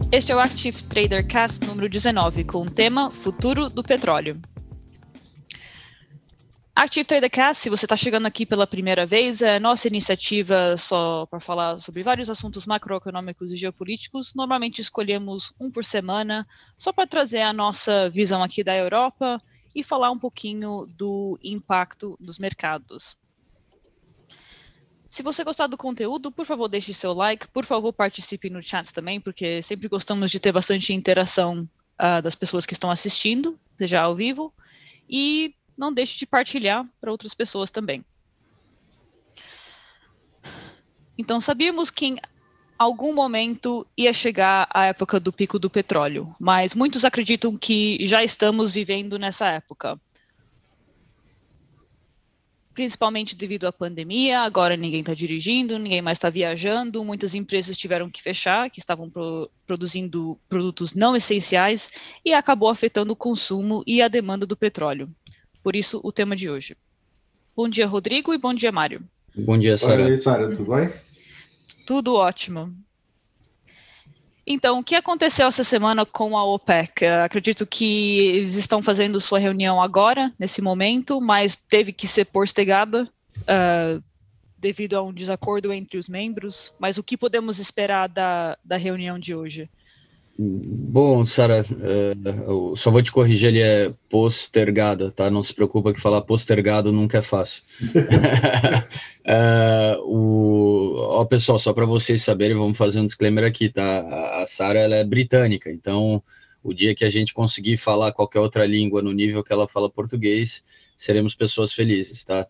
Este é o Active Trader Cast número 19, com o tema Futuro do Petróleo. Active Trader Cast, se você está chegando aqui pela primeira vez, é nossa iniciativa só para falar sobre vários assuntos macroeconômicos e geopolíticos. Normalmente escolhemos um por semana, só para trazer a nossa visão aqui da Europa e falar um pouquinho do impacto dos mercados. Se você gostar do conteúdo, por favor, deixe seu like, por favor, participe no chat também, porque sempre gostamos de ter bastante interação das pessoas que estão assistindo, seja ao vivo, e não deixe de partilhar para outras pessoas também. Então, sabíamos que em algum momento ia chegar a época do pico do petróleo, mas muitos acreditam que já estamos vivendo nessa época. Principalmente devido à pandemia, agora ninguém está dirigindo, ninguém mais está viajando, muitas empresas tiveram que fechar, que estavam produzindo produtos não essenciais, e acabou afetando o consumo e a demanda do petróleo. Por isso, o tema de hoje. Bom dia, Rodrigo, e bom dia, Mário. Bom dia, Sara. Oi, Sara, tudo bem? Tudo ótimo. Então, o que aconteceu essa semana com a OPEC? Acredito que eles estão fazendo sua reunião agora, nesse momento, mas teve que ser postergada devido a um desacordo entre os membros. Mas o que podemos esperar da reunião de hoje? Bom, Sara, eu só vou te corrigir, ele é postergada, tá? Não se preocupa que falar postergado nunca é fácil. Pessoal, só para vocês saberem, vamos fazer um disclaimer aqui, tá? A Sara, ela é britânica, então o dia que a gente conseguir falar qualquer outra língua no nível que ela fala português, seremos pessoas felizes, tá?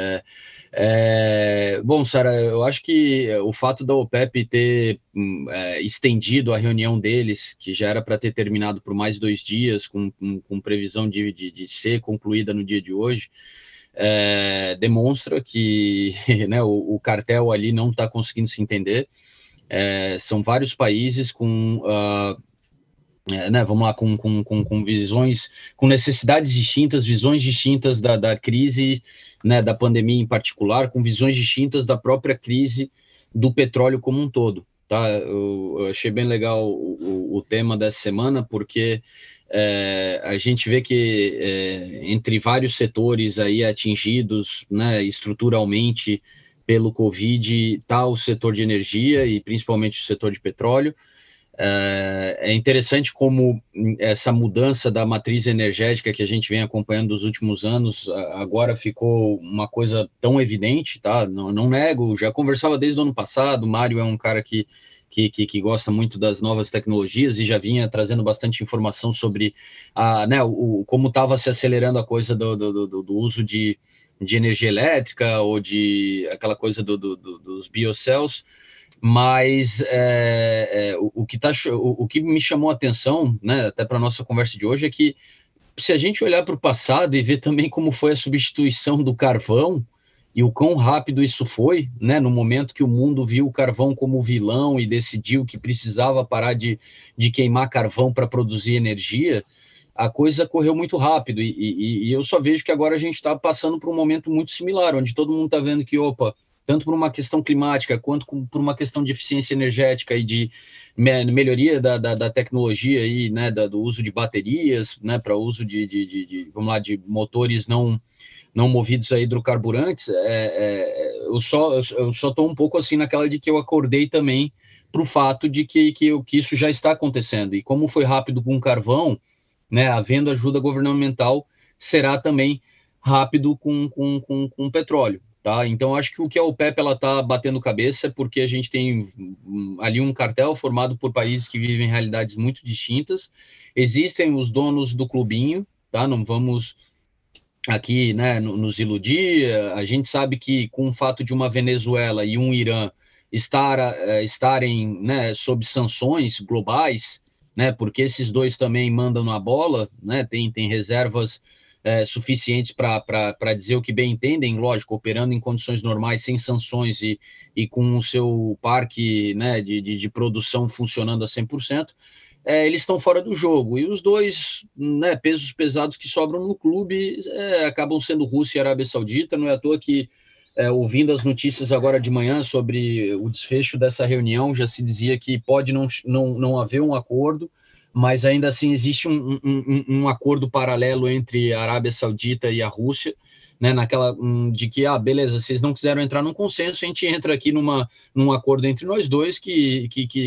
Bom, Sara, eu acho que o fato da OPEP ter estendido a reunião deles, que já era para ter terminado por mais 2 dias, com previsão de ser concluída no dia de hoje, demonstra que né, o cartel ali não está conseguindo se entender. São vários países com... vamos lá, com visões, com necessidades distintas, visões distintas da crise, né, da pandemia em particular, com visões distintas da própria crise do petróleo como um todo, tá? Eu achei bem legal o tema dessa semana, porque a gente vê que entre vários setores aí atingidos, né, estruturalmente pelo Covid, está o setor de energia e principalmente o setor de petróleo. É interessante como essa mudança da matriz energética que a gente vem acompanhando nos últimos anos, agora ficou uma coisa tão evidente, tá? Não nego, já conversava desde o ano passado, o Mário é um cara que gosta muito das novas tecnologias e já vinha trazendo bastante informação sobre como estava se acelerando a coisa do uso de energia elétrica ou de aquela coisa dos biocells. Mas o que me chamou a atenção, né, até para a nossa conversa de hoje, é que se a gente olhar para o passado e ver também como foi a substituição do carvão e o quão rápido isso foi, né, no momento que o mundo viu o carvão como vilão e decidiu que precisava parar de queimar carvão para produzir energia, a coisa correu muito rápido e eu só vejo que agora a gente está passando por um momento muito similar, onde todo mundo está vendo que, tanto por uma questão climática, quanto por uma questão de eficiência energética e de melhoria da tecnologia aí, né, do uso de baterias, né, para uso vamos lá, de motores não movidos a hidrocarburantes, eu só estou um pouco assim naquela de que eu acordei também para o fato de que isso já está acontecendo. E como foi rápido com carvão, né, havendo ajuda governamental, será também rápido com petróleo. Tá? Então, acho que o que a OPEP está batendo cabeça é porque a gente tem ali um cartel formado por países que vivem realidades muito distintas. Existem os donos do clubinho, tá? Não vamos aqui, né, nos iludir. A gente sabe que com o fato de uma Venezuela e um Irã estarem, né, sob sanções globais, né, porque esses dois também mandam na bola, né, tem reservas suficientes para dizer o que bem entendem, lógico, operando em condições normais, sem sanções e com o seu parque, né, de produção funcionando a 100%, eles estão fora do jogo. E os dois, né, pesos pesados que sobram no clube acabam sendo Rússia e Arábia Saudita. Não é à toa que ouvindo as notícias agora de manhã sobre o desfecho dessa reunião, já se dizia que pode não haver um acordo, mas ainda assim existe um acordo paralelo entre a Arábia Saudita e a Rússia, né, naquela de que, beleza, vocês não quiseram entrar num consenso, a gente entra aqui num acordo entre nós dois que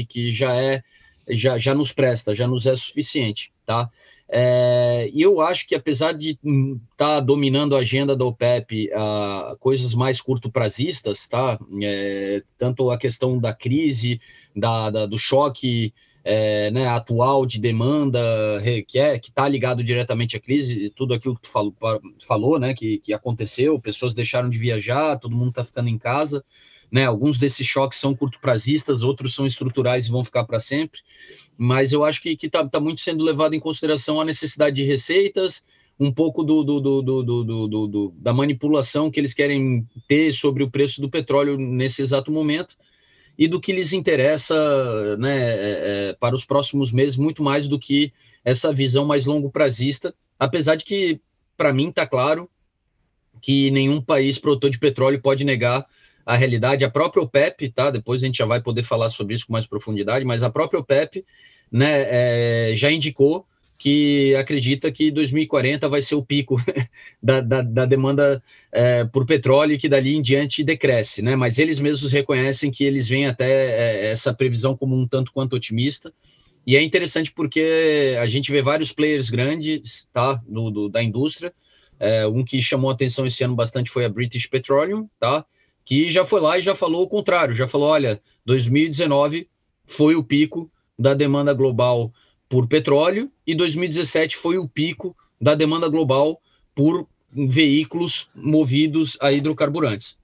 já nos presta, já nos é suficiente, tá? E eu acho que apesar de estar dominando a agenda da OPEP coisas mais curto-prazistas, tá? Tanto a questão da crise, do choque né, atual de demanda, que está ligado diretamente à crise, tudo aquilo que tu falou, né, que aconteceu, pessoas deixaram de viajar, todo mundo está ficando em casa, né, alguns desses choques são curto-prazistas, outros são estruturais e vão ficar para sempre, mas eu acho que tá muito sendo levado em consideração a necessidade de receitas, um pouco da manipulação que eles querem ter sobre o preço do petróleo nesse exato momento, e do que lhes interessa, né, para os próximos meses, muito mais do que essa visão mais longo-prazista, apesar de que, para mim, está claro que nenhum país produtor de petróleo pode negar a realidade. A própria OPEP, tá? Depois a gente já vai poder falar sobre isso com mais profundidade, mas a própria OPEP, né, já indicou que acredita que 2040 vai ser o pico da demanda por petróleo e que dali em diante decresce, né? Mas eles mesmos reconhecem que eles veem até essa previsão como um tanto quanto otimista, e é interessante porque a gente vê vários players grandes, tá, da indústria, um que chamou a atenção esse ano bastante foi a British Petroleum, tá, que já foi lá e já falou o contrário, já falou, olha, 2019 foi o pico da demanda global por petróleo, e 2017 foi o pico da demanda global por veículos movidos a hidrocarburantes.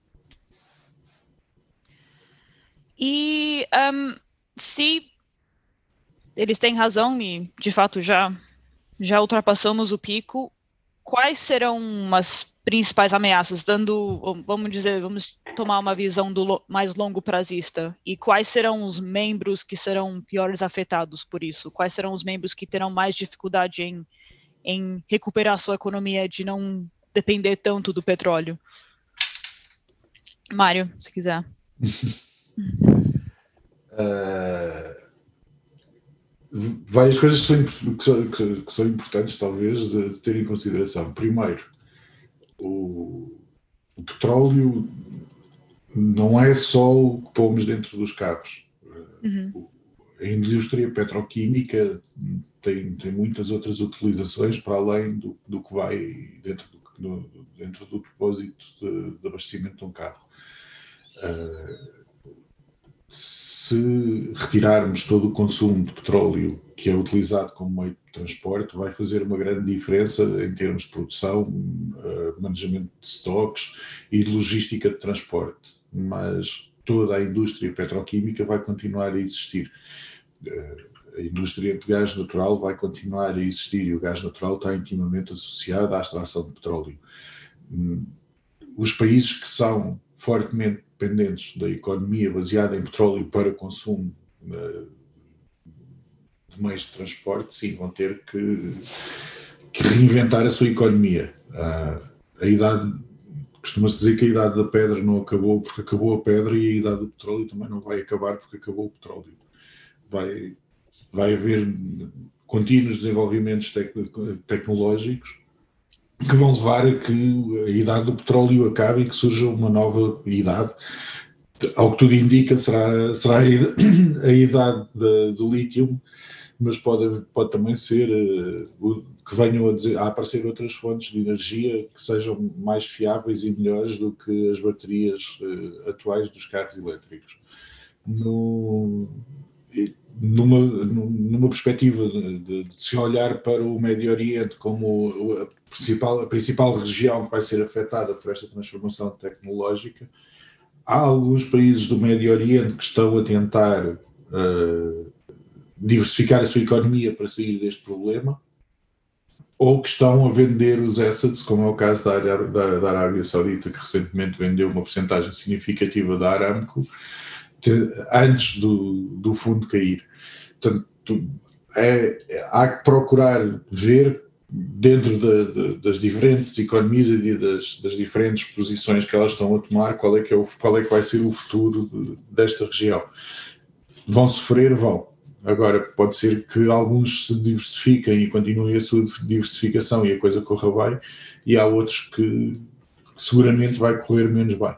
E se eles têm razão e, de fato, já ultrapassamos o pico, quais serão as principais ameaças, vamos tomar uma visão mais longo prazista, e quais serão os membros que serão piores afetados por isso? Quais serão os membros que terão mais dificuldade em recuperar sua economia, de não depender tanto do petróleo? Mário, se quiser. Várias coisas que são importantes, talvez, de ter em consideração. Primeiro, o petróleo não é só o que pomos dentro dos carros. Uhum. A indústria petroquímica tem muitas outras utilizações para além do que vai dentro do depósito de abastecimento de um carro. Se retirarmos todo o consumo de petróleo que é utilizado como meio de transporte, vai fazer uma grande diferença em termos de produção, manejamento de estoques e de logística de transporte. Mas toda a indústria petroquímica vai continuar a existir. A indústria de gás natural vai continuar a existir, e o gás natural está intimamente associado à extração de petróleo. Os países que são fortemente dependentes da economia baseada em petróleo para consumo de meios de transporte, sim, vão ter que reinventar a sua economia. Costuma-se dizer que a idade da pedra não acabou porque acabou a pedra, e a idade do petróleo também não vai acabar porque acabou o petróleo. Vai haver contínuos desenvolvimentos tecnológicos que vão levar a que a idade do petróleo acabe e que surja uma nova idade. Ao que tudo indica, será a idade do lítio, mas pode também ser que venham a aparecer outras fontes de energia que sejam mais fiáveis e melhores do que as baterias atuais dos carros elétricos. Numa perspectiva de se olhar para o Médio Oriente como a principal região que vai ser afetada por esta transformação tecnológica, há alguns países do Médio Oriente que estão a tentar diversificar a sua economia para sair deste problema, ou que estão a vender os assets, como é o caso da Arábia Saudita, que recentemente vendeu uma porcentagem significativa da Aramco antes do fundo cair. Portanto, há que procurar ver dentro das diferentes economias e das diferentes posições que elas estão a tomar, qual é que vai ser o futuro desta região. Vão sofrer, vão. Agora, pode ser que alguns se diversifiquem e continuem a sua diversificação e a coisa corra bem, e há outros que seguramente vai correr menos bem.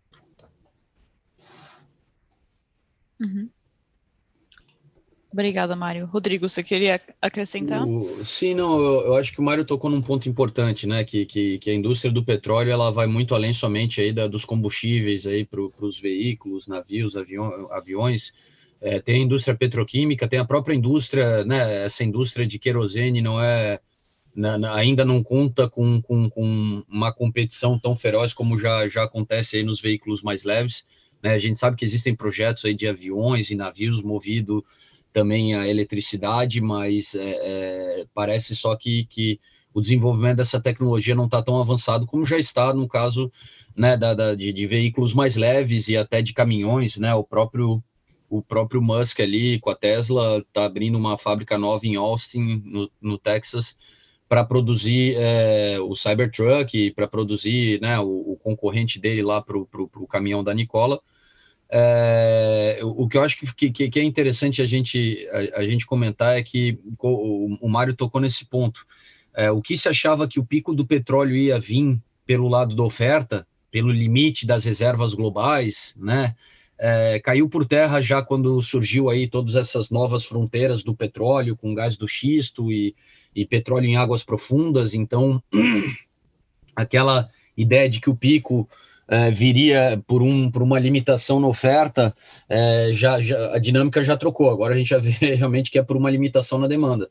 Uhum. Obrigada, Mário. Rodrigo, você queria acrescentar? Sim, não, eu acho que o Mário tocou num ponto importante, né, que a indústria do petróleo, ela vai muito além somente aí dos combustíveis aí para os veículos, navios, aviões. Tem a indústria petroquímica, tem a própria indústria, né, essa indústria de querosene não é, ainda não conta com uma competição tão feroz como já acontece aí nos veículos mais leves, né? A gente sabe que existem projetos aí de aviões e navios movidos também a eletricidade, mas parece só que o desenvolvimento dessa tecnologia não está tão avançado como já está no caso, né, de veículos mais leves e até de caminhões, né? O próprio Musk ali com a Tesla está abrindo uma fábrica nova em Austin, no Texas, para produzir o Cybertruck, para produzir, né, o concorrente dele lá para o caminhão da Nikola. O que eu acho que é interessante a gente comentar é que o Mário tocou nesse ponto. O que se achava que o pico do petróleo ia vir pelo lado da oferta, pelo limite das reservas globais, né? Caiu por terra já quando surgiu aí todas essas novas fronteiras do petróleo, com gás do xisto e petróleo em águas profundas. Então, aquela ideia de que o pico viria por uma limitação na oferta, a dinâmica já trocou. Agora a gente já vê realmente que é por uma limitação na demanda.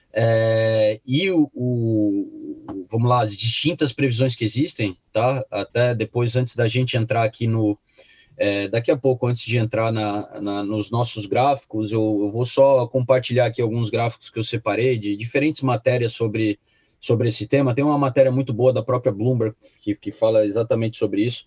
Vamos lá, as distintas previsões que existem, tá? Até depois, antes da gente entrar aqui daqui a pouco, antes de entrar nos nossos gráficos, eu vou só compartilhar aqui alguns gráficos que eu separei de diferentes matérias sobre esse tema. Tem uma matéria muito boa da própria Bloomberg que fala exatamente sobre isso,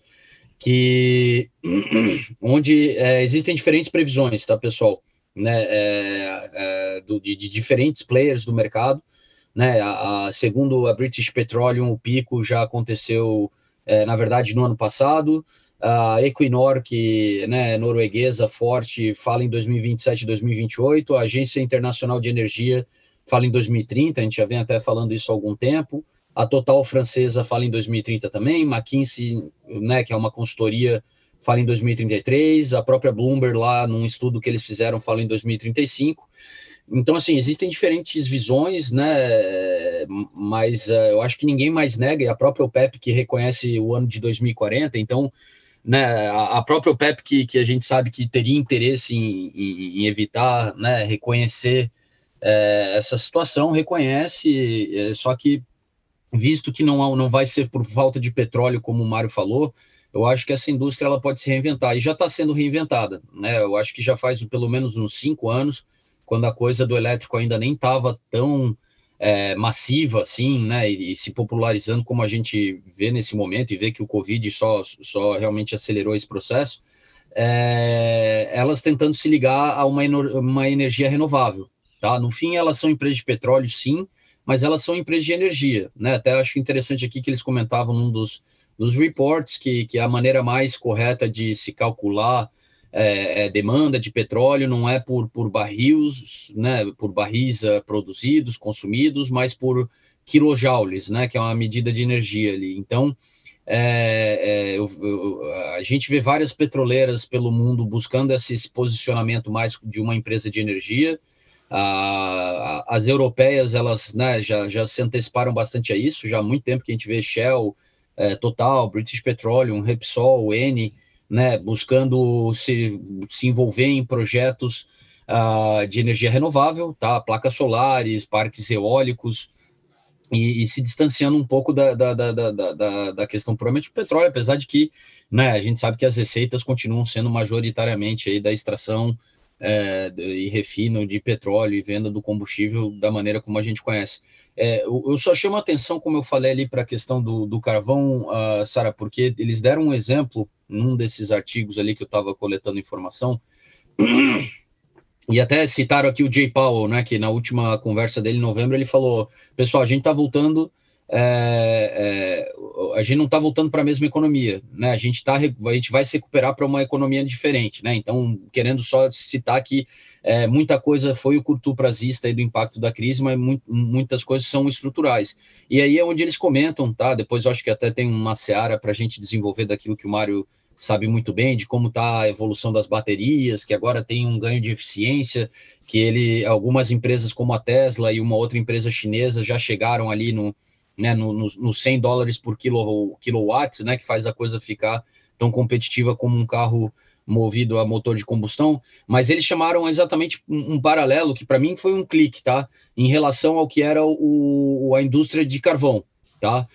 onde existem diferentes previsões, tá, pessoal? Né, de diferentes players do mercado, né? Segundo a British Petroleum, o pico já aconteceu, na verdade, no ano passado. A Equinor, que, né, norueguesa, forte, fala em 2027 e 2028. A Agência Internacional de Energia fala em 2030, a gente já vem até falando isso há algum tempo. A Total francesa fala em 2030 também. McKinsey, né, que é uma consultoria, fala em 2033. A própria Bloomberg, lá num estudo que eles fizeram, fala em 2035. Então, assim, existem diferentes visões, né, mas eu acho que ninguém mais nega, e a própria OPEP que reconhece o ano de 2040, então, né, a própria OPEP que a gente sabe que teria interesse em evitar, né, reconhecer essa situação, reconhece, só que visto que não vai ser por falta de petróleo, como o Mário falou, eu acho que essa indústria ela pode se reinventar, e já está sendo reinventada, né? Eu acho que já faz pelo menos uns 5 anos, quando a coisa do elétrico ainda nem estava tão massiva assim, né? E se popularizando como a gente vê nesse momento, e vê que o Covid só realmente acelerou esse processo, elas tentando se ligar a uma energia renovável, tá? No fim, elas são empresas de petróleo, sim, mas elas são empresas de energia, né? Até acho interessante aqui que eles comentavam num dos reports que a maneira mais correta de se calcular demanda de petróleo não é por barris, né? Por barris produzidos, consumidos, mas por quilojoules, né? Que é uma medida de energia ali. Então, a gente vê várias petroleiras pelo mundo buscando esse posicionamento mais de uma empresa de energia. As europeias, elas, né, já se anteciparam bastante a isso, já há muito tempo que a gente vê Shell, Total, British Petroleum, Repsol, Eni, né, buscando se envolver em projetos de energia renovável, tá? Placas solares, parques eólicos, e se distanciando um pouco da questão puramente do petróleo, apesar de que, né, a gente sabe que as receitas continuam sendo majoritariamente aí da extração e refino de petróleo e venda do combustível da maneira como a gente conhece. Eu só chamo a atenção, como eu falei ali, para a questão do carvão, Sara, porque eles deram um exemplo num desses artigos ali que eu estava coletando informação, E até citaram aqui o Jay Powell, né, que na última conversa dele em novembro ele falou, pessoal, a gente está voltando, a gente não está voltando para a mesma economia, né, a gente vai se recuperar para uma economia diferente, né, então querendo só citar que muita coisa foi o curto-prazista aí do impacto da crise, mas muitas coisas são estruturais. E aí é onde eles comentam, tá, depois eu acho que até tem uma seara para a gente desenvolver daquilo que o Mário sabe muito bem de como está a evolução das baterias, que agora tem um ganho de eficiência, que algumas empresas como a Tesla e uma outra empresa chinesa já chegaram ali no $100 por quilowatts, né, que faz a coisa ficar tão competitiva como um carro movido a motor de combustão, mas eles chamaram exatamente um paralelo que para mim foi um clique, tá, em relação ao que era a indústria de carvão, tá?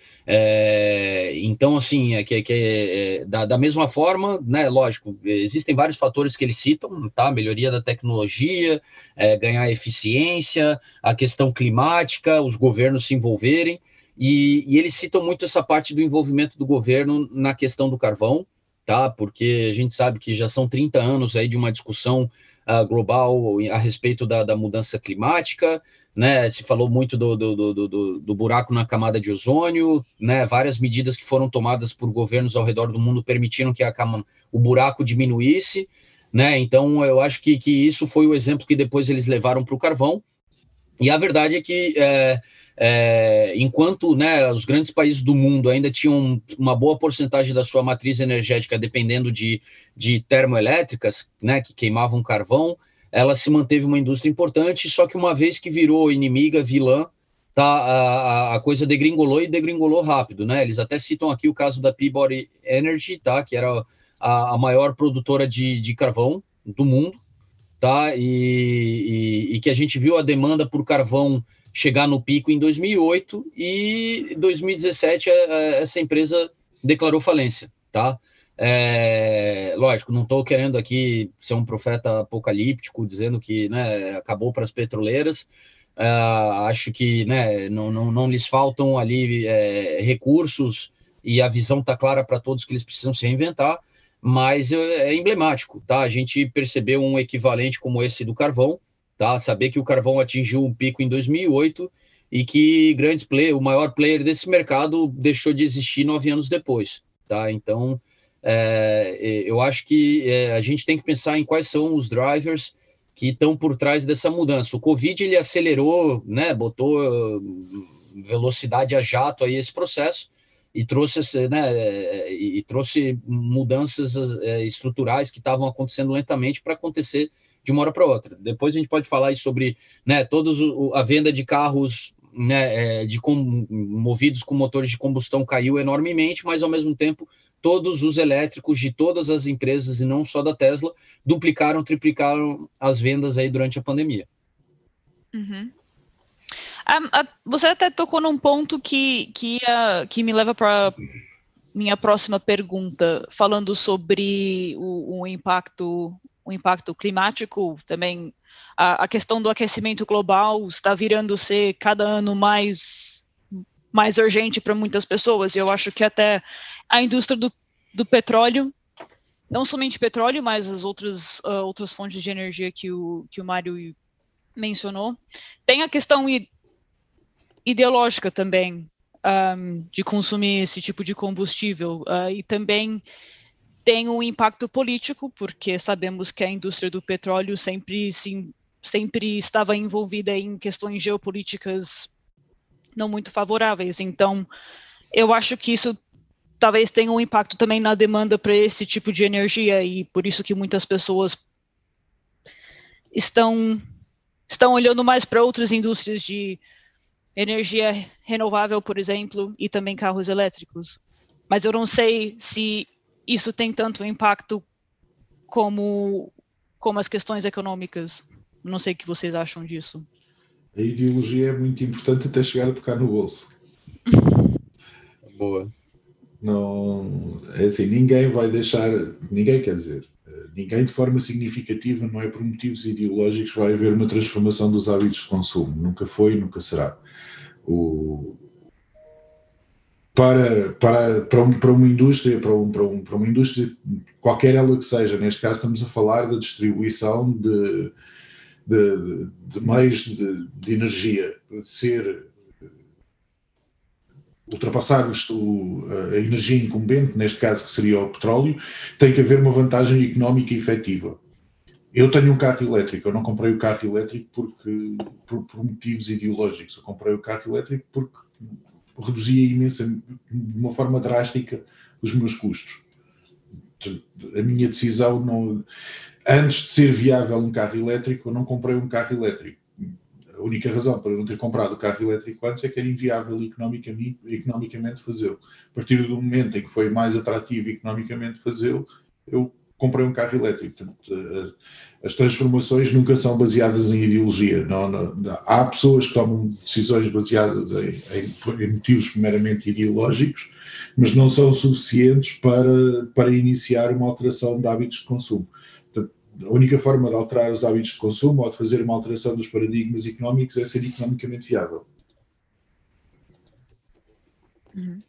Então, assim, da mesma forma, né, lógico, existem vários fatores que eles citam, tá? Melhoria da tecnologia, ganhar eficiência, a questão climática, os governos se envolverem, e eles citam muito essa parte do envolvimento do governo na questão do carvão, tá? Porque a gente sabe que já são 30 anos aí de uma discussão global a respeito da mudança climática, né? Se falou muito do buraco na camada de ozônio, né? Várias medidas que foram tomadas por governos ao redor do mundo permitiram que o buraco diminuísse, né? Então, eu acho que isso foi o exemplo que depois eles levaram para o carvão. E a verdade é que enquanto, né, os grandes países do mundo ainda tinham uma boa porcentagem da sua matriz energética dependendo de termoelétricas, né, que queimavam carvão, ela se manteve uma indústria importante, só que uma vez que virou inimiga, vilã, tá, a coisa degringolou rápido, né? Eles até citam aqui o caso da Peabody Energy, tá, que era a maior produtora de carvão do mundo, tá? E que a gente viu a demanda por carvão chegar no pico em 2008 e em 2017 essa empresa declarou falência, tá? Lógico, não estou querendo aqui ser um profeta apocalíptico dizendo que, né, acabou para as petroleiras. Acho que, né, não lhes faltam ali recursos e a visão está clara para todos que eles precisam se reinventar, mas é emblemático, tá? A gente percebeu um equivalente como esse do carvão, tá? Saber que o carvão atingiu um pico em 2008 e que o maior player desse mercado deixou de existir 9 anos depois, tá? Então, eu acho que a gente tem que pensar em quais são os drivers que estão por trás dessa mudança. O Covid, ele acelerou, né? Botou velocidade a jato aí esse processo, e trouxe, né, trouxe mudanças estruturais que estavam acontecendo lentamente para acontecer de uma hora para outra. Depois a gente pode falar sobre, né, a venda de carros, né, movidos com motores de combustão caiu enormemente, mas ao mesmo tempo todos os elétricos de todas as empresas e não só da Tesla duplicaram, triplicaram as vendas aí durante a pandemia. Uhum. Você até tocou num ponto que me leva para minha próxima pergunta, falando sobre o impacto climático, também a questão do aquecimento global está virando ser cada ano mais urgente para muitas pessoas, e eu acho que até a indústria do petróleo, não somente petróleo, mas as outras fontes de energia que o Mário mencionou, tem a questão ideológica também, de consumir esse tipo de combustível, e também tem um impacto político, porque sabemos que a indústria do petróleo sempre estava envolvida em questões geopolíticas não muito favoráveis. Então, eu acho que isso talvez tenha um impacto também na demanda para esse tipo de energia, e por isso que muitas pessoas estão olhando mais para outras indústrias de energia renovável, por exemplo, e também carros elétricos. Mas eu não sei se isso tem tanto impacto como as questões econômicas. Não sei o que vocês acham disso. A ideologia é muito importante até chegar a tocar no bolso. Boa. Não, é assim, ninguém de forma significativa, não é por motivos ideológicos, vai haver uma transformação dos hábitos de consumo. Nunca foi, nunca será. Para uma indústria, qualquer ela que seja, neste caso estamos a falar da distribuição de meios de energia ultrapassar a energia incumbente, neste caso que seria o petróleo, tem que haver uma vantagem económica efetiva. Eu tenho um carro elétrico, eu não comprei o carro elétrico por motivos ideológicos, eu comprei o carro elétrico porque reduzia de uma forma drástica os meus custos. A minha decisão, antes de ser viável um carro elétrico, eu não comprei um carro elétrico. A única razão para eu não ter comprado o carro elétrico antes é que era inviável economicamente fazê-lo. A partir do momento em que foi mais atrativo economicamente fazê-lo, eu comprei um carro elétrico. Portanto, as transformações nunca são baseadas em ideologia. Há pessoas que tomam decisões baseadas em motivos meramente ideológicos, mas não são suficientes para iniciar uma alteração de hábitos de consumo. Portanto, a única forma de alterar os hábitos de consumo ou de fazer uma alteração dos paradigmas económicos é ser economicamente viável. Uhum.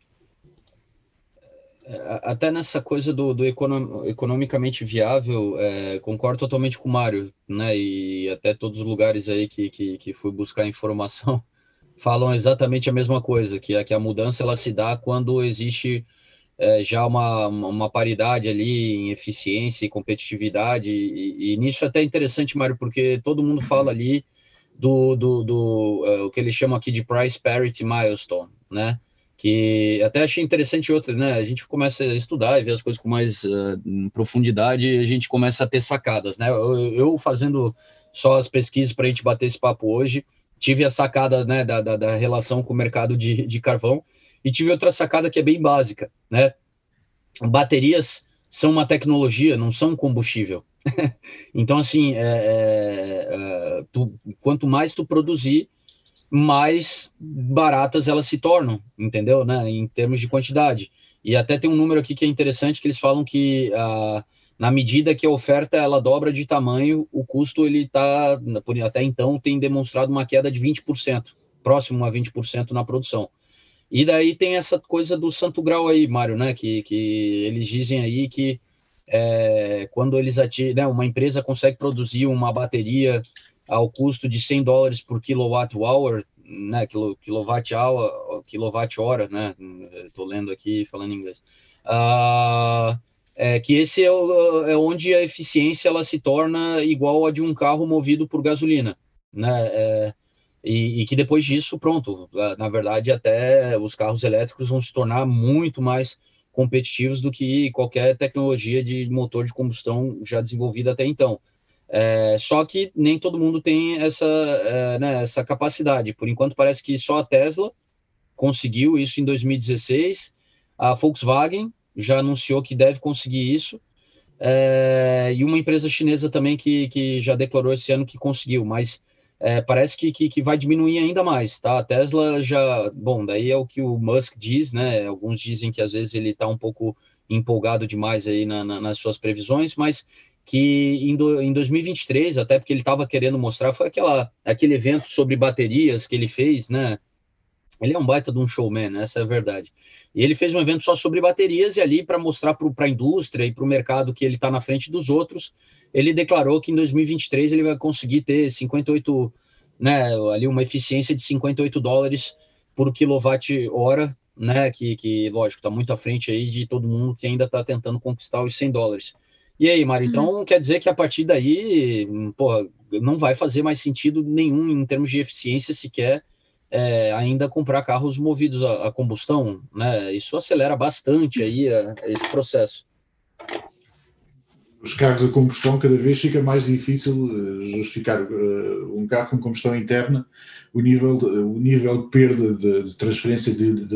Até nessa coisa do economicamente viável, concordo totalmente com o Mário, né? E até todos os lugares aí que fui buscar informação falam exatamente a mesma coisa, que a mudança ela se dá quando existe já uma paridade ali em eficiência e competitividade, e nisso é até interessante, Mário, porque todo mundo fala ali o que eles chamam aqui de Price Parity Milestone, né? Que até achei interessante outra, né? A gente começa a estudar e ver as coisas com mais profundidade e a gente começa a ter sacadas, né? Eu fazendo só as pesquisas para a gente bater esse papo hoje, tive a sacada, né, da relação com o mercado de carvão, e tive outra sacada que é bem básica, né? Baterias são uma tecnologia, não são um combustível. Então, assim, quanto mais tu produzir, mais baratas elas se tornam, entendeu? Né? Em termos de quantidade. E até tem um número aqui que é interessante, que eles falam que na medida que a oferta ela dobra de tamanho, o custo ele está, até então, tem demonstrado uma queda de 20%, próximo a 20% na produção. E daí tem essa coisa do santo grau aí, Mário, né? Que eles dizem aí que quando eles né, uma empresa consegue produzir uma bateria ao custo de $100 por kilowatt-hour, né? Quilowatt-hora, né? Estou lendo aqui, falando em inglês. Que esse é onde a eficiência ela se torna igual a de um carro movido por gasolina, né? E que depois disso, pronto, na verdade, até os carros elétricos vão se tornar muito mais competitivos do que qualquer tecnologia de motor de combustão já desenvolvida até então. Só que nem todo mundo tem essa capacidade. Por enquanto, parece que só a Tesla conseguiu isso em 2016. A Volkswagen já anunciou que deve conseguir isso. E uma empresa chinesa também que já declarou esse ano que conseguiu, mas parece que vai diminuir ainda mais, tá? A Tesla já... Bom, daí é o que o Musk diz, né? Alguns dizem que às vezes ele está um pouco empolgado demais aí nas suas previsões, mas que em 2023, até porque ele estava querendo mostrar, foi aquele evento sobre baterias que ele fez, né? Ele é um baita de um showman, essa é a verdade. E ele fez um evento só sobre baterias, e ali, para mostrar para a indústria e para o mercado que ele está na frente dos outros, ele declarou que em 2023 ele vai conseguir ter 58, né, ali uma eficiência de $58 por quilowatt-hora, né, que lógico, está muito à frente aí de todo mundo que ainda está tentando conquistar os $100. E aí, Mário, então quer dizer que a partir daí, porra, não vai fazer mais sentido nenhum em termos de eficiência sequer, ainda comprar carros movidos a combustão, né? Isso acelera bastante aí esse processo. Os carros a combustão, cada vez fica mais difícil justificar um carro com combustão interna, o nível de perda de transferência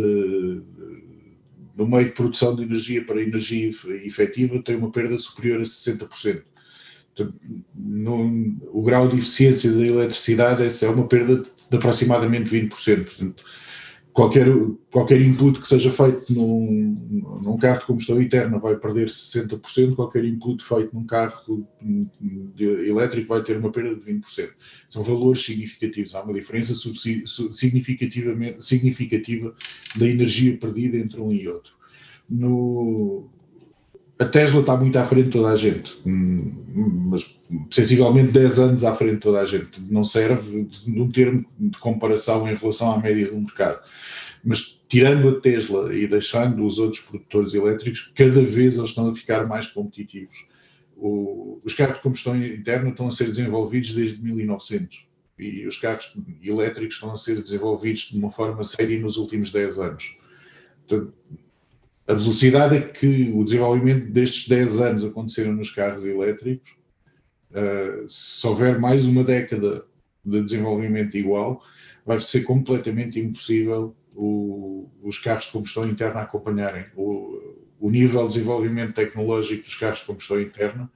do meio de produção de energia para energia efetiva tem uma perda superior a 60%. Portanto, o grau de eficiência da eletricidade é uma perda de aproximadamente 20%. Portanto, qualquer input que seja feito num carro de combustão interna vai perder 60%, qualquer input feito num carro elétrico vai ter uma perda de 20%. São valores significativos. Há uma diferença significativa da energia perdida entre um e outro. A Tesla está muito à frente de toda a gente, mas sensivelmente 10 anos à frente de toda a gente. Não serve de um termo de comparação em relação à média do mercado. Mas tirando a Tesla e deixando os outros produtores elétricos, cada vez eles estão a ficar mais competitivos. Os carros de combustão interna estão a ser desenvolvidos desde 1900 e os carros elétricos estão a ser desenvolvidos de uma forma séria nos últimos 10 anos. Portanto, a velocidade é que o desenvolvimento destes 10 anos aconteceram nos carros elétricos, se houver mais uma década de desenvolvimento igual, vai ser completamente impossível os carros de combustão interna acompanharem. O nível de desenvolvimento tecnológico dos carros de combustão interna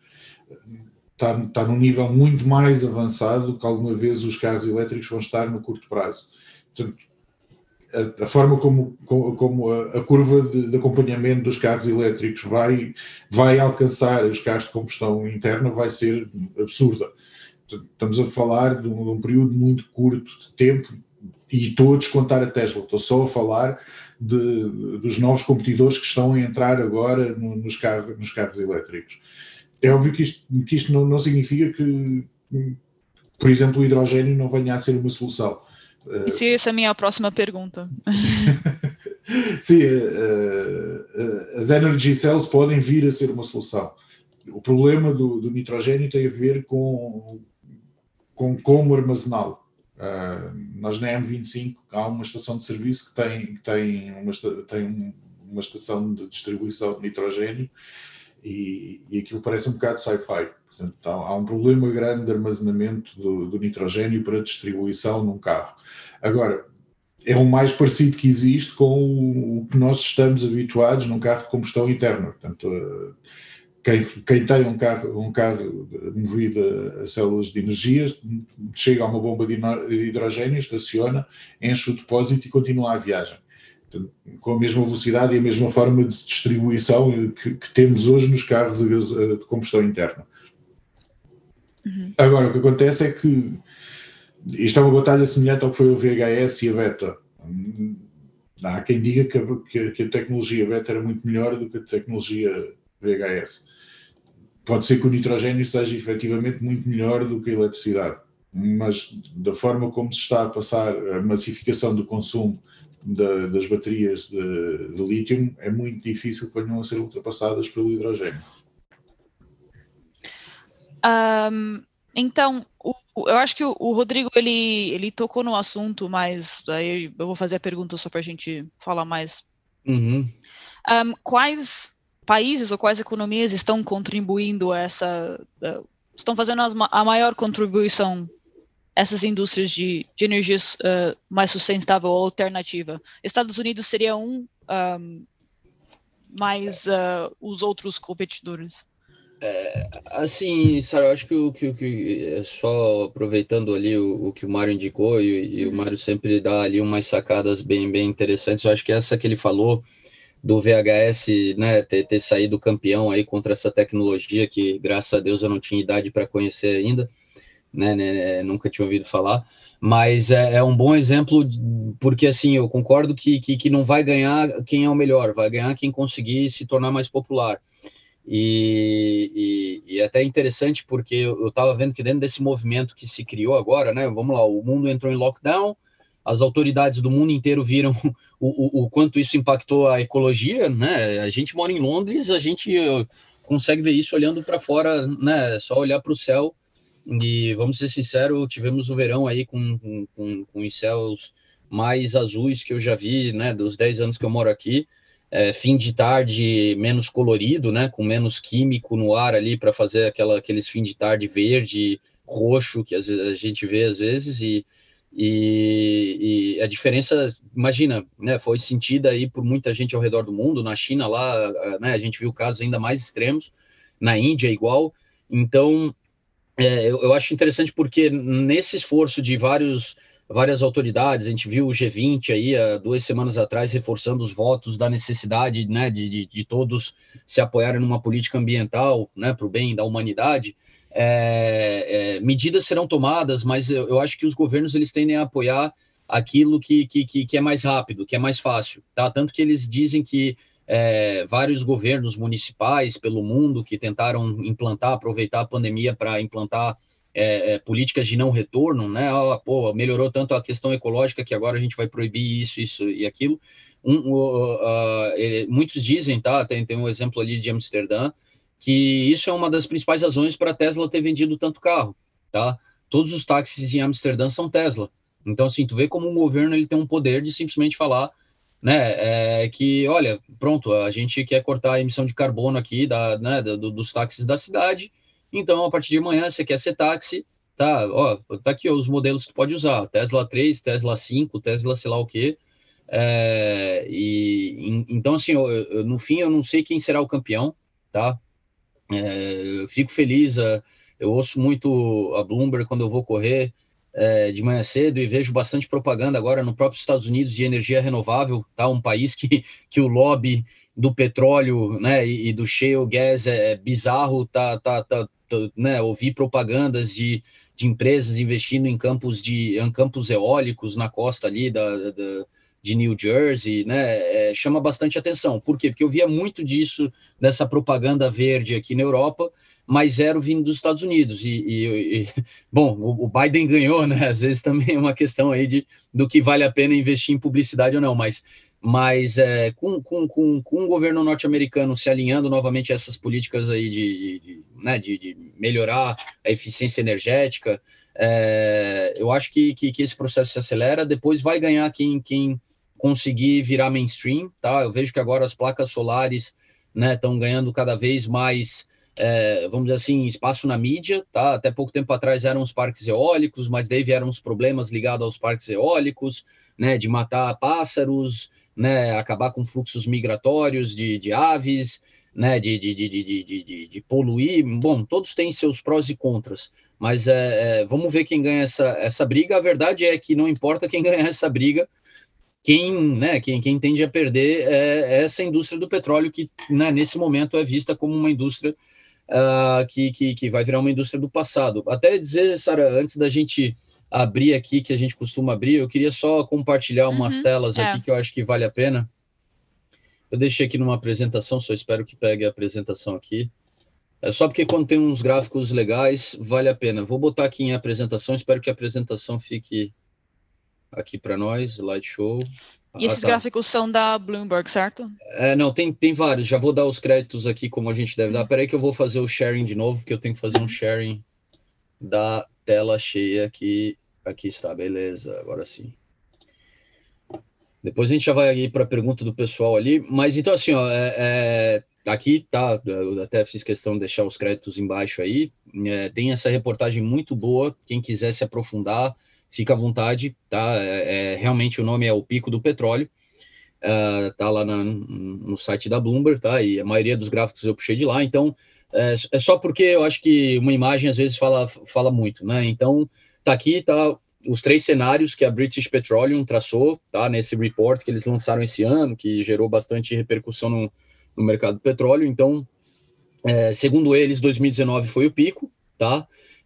está num nível muito mais avançado do que alguma vez os carros elétricos vão estar no curto prazo. Portanto, a forma como a curva de acompanhamento dos carros elétricos vai alcançar os carros de combustão interna vai ser absurda. Estamos a falar de um período muito curto de tempo e estou a descontar a Tesla, estou só a falar dos novos competidores que estão a entrar agora nos carros elétricos. É óbvio que isto não significa que, por exemplo, o hidrogênio não venha a ser uma solução. E se essa é a minha próxima pergunta? Sim, as energy cells podem vir a ser uma solução. O problema do nitrogênio tem a ver com como armazená-lo. Nós na M25 há uma estação de serviço que tem uma estação de distribuição de nitrogênio e aquilo parece um bocado sci-fi. Portanto, há um problema grande de armazenamento do nitrogênio para distribuição num carro. Agora, é o mais parecido que existe com o que nós estamos habituados num carro de combustão interna. Portanto, quem tem um carro movido a células de energia, chega a uma bomba de hidrogênio, estaciona, enche o depósito e continua a viagem. Portanto, com a mesma velocidade e a mesma forma de distribuição que temos hoje nos carros de combustão interna. Agora, o que acontece é que isto é uma batalha semelhante ao que foi o VHS e a Beta. Há quem diga que a tecnologia Beta era muito melhor do que a tecnologia VHS. Pode ser que o nitrogênio seja efetivamente muito melhor do que a eletricidade, mas da forma como se está a passar a massificação do consumo das baterias de lítio, é muito difícil que venham a ser ultrapassadas pelo hidrogênio. Então, eu acho que o Rodrigo ele tocou no assunto, mas aí eu vou fazer a pergunta só para a gente falar mais. Quais países ou quais economias estão contribuindo a estão fazendo a maior contribuição essas indústrias de energias mais sustentável ou alternativa? Estados Unidos seria mais os outros competidores? Assim, Sara, eu acho que só aproveitando ali o que o Mário indicou, e o Mário sempre dá ali umas sacadas bem interessantes. Eu acho que essa que ele falou do VHS, né, ter saído campeão aí contra essa tecnologia que, graças a Deus, eu não tinha idade para conhecer ainda, né, nunca tinha ouvido falar, mas é um bom exemplo, porque assim, eu concordo que não vai ganhar quem é o melhor, vai ganhar quem conseguir se tornar mais popular. E é até interessante porque eu estava vendo que dentro desse movimento que se criou agora, né, vamos lá, o mundo entrou em lockdown, as autoridades do mundo inteiro viram o quanto isso impactou a ecologia, né? A gente mora em Londres, a gente consegue ver isso olhando para fora, né? Só olhar para o céu e, vamos ser sinceros, tivemos o verão aí com os céus mais azuis que eu já vi, né? Dos 10 anos que eu moro aqui. Fim de tarde menos colorido, né, com menos químico no ar ali para fazer aqueles fim de tarde verde, roxo que a gente vê às vezes e a diferença, imagina, né, foi sentida aí por muita gente ao redor do mundo. Na China lá, né, a gente viu casos ainda mais extremos, na Índia igual. Então eu acho interessante porque nesse esforço de várias autoridades, a gente viu o G20 aí há 2 semanas atrás reforçando os votos da necessidade, né, de todos se apoiarem numa política ambiental, né, para o bem da humanidade. Medidas serão tomadas, mas eu acho que os governos eles tendem a apoiar aquilo que é mais rápido, que é mais fácil, tá? Tanto que eles dizem que vários governos municipais pelo mundo que tentaram aproveitar a pandemia para implantar políticas de não retorno, né? Melhorou tanto a questão ecológica que agora a gente vai proibir isso e aquilo. Muitos dizem, tá? Tem um exemplo ali de Amsterdã, que isso é uma das principais razões para a Tesla ter vendido tanto carro, tá? Todos os táxis em Amsterdã são Tesla. Então, assim, tu vê como o governo ele tem um poder de simplesmente falar, né, que, olha, pronto, a gente quer cortar a emissão de carbono aqui dos táxis da cidade, então, a partir de amanhã, você quer ser táxi, tá, tá aqui os modelos que tu pode usar, Tesla 3, Tesla 5, Tesla sei lá o quê, então, assim, no fim, eu não sei quem será o campeão, tá, eu fico feliz, eu ouço muito a Bloomberg quando eu vou correr de manhã cedo e vejo bastante propaganda agora no próprio Estados Unidos de energia renovável, tá? Um país que o lobby do petróleo, né, e do shale gas é bizarro, né, ouvir propagandas de empresas investindo em campos eólicos na costa ali de New Jersey, né, chama bastante atenção. Por quê? Porque eu via muito dessa propaganda verde aqui na Europa, mas zero vindo dos Estados Unidos. Bom, o Biden ganhou, né? Às vezes também é uma questão aí do que vale a pena investir em publicidade ou não, mas com o governo norte-americano se alinhando novamente a essas políticas aí de melhorar a eficiência energética, eu acho que esse processo se acelera, depois vai ganhar quem conseguir virar mainstream, tá? Eu vejo que agora as placas solares, né, estão ganhando cada vez mais, vamos dizer assim, espaço na mídia, tá? Até pouco tempo atrás eram os parques eólicos, mas daí vieram os problemas ligados aos parques eólicos, né, de matar pássaros, né, acabar com fluxos migratórios de aves, né, de poluir. Bom, todos têm seus prós e contras, mas vamos ver quem ganha essa briga. A verdade é que não importa quem ganhar essa briga, quem tende a perder é essa indústria do petróleo que, né, nesse momento é vista como uma indústria que vai virar uma indústria do passado. Até dizer, Sara, antes da gente abrir aqui, que a gente costuma abrir, eu queria só compartilhar umas telas aqui que eu acho que vale a pena. Eu deixei aqui numa apresentação, só espero que pegue a apresentação aqui. É só porque quando tem uns gráficos legais, vale a pena. Vou botar aqui em apresentação, espero que a apresentação fique aqui para nós, slideshow. E esses gráficos são da Bloomberg, certo? Não, tem vários. Já vou dar os créditos aqui, como a gente deve dar. Peraí que eu vou fazer o sharing de novo, que eu tenho que fazer um sharing da tela cheia aqui. Aqui está, beleza, agora sim. Depois a gente já vai ir para a pergunta do pessoal ali. Mas então, assim, aqui tá, eu até fiz questão de deixar os créditos embaixo aí. Tem essa reportagem muito boa. Quem quiser se aprofundar, fica à vontade, tá? Realmente o nome é O Pico do Petróleo. Tá lá no site da Bloomberg, tá? E a maioria dos gráficos eu puxei de lá. Então, é só porque eu acho que uma imagem às vezes fala muito, né? Então, tá aqui, tá os 3 cenários que a British Petroleum traçou, tá? Nesse report que eles lançaram esse ano, que gerou bastante repercussão no mercado do petróleo. Então, segundo eles, 2019 foi o pico, tá?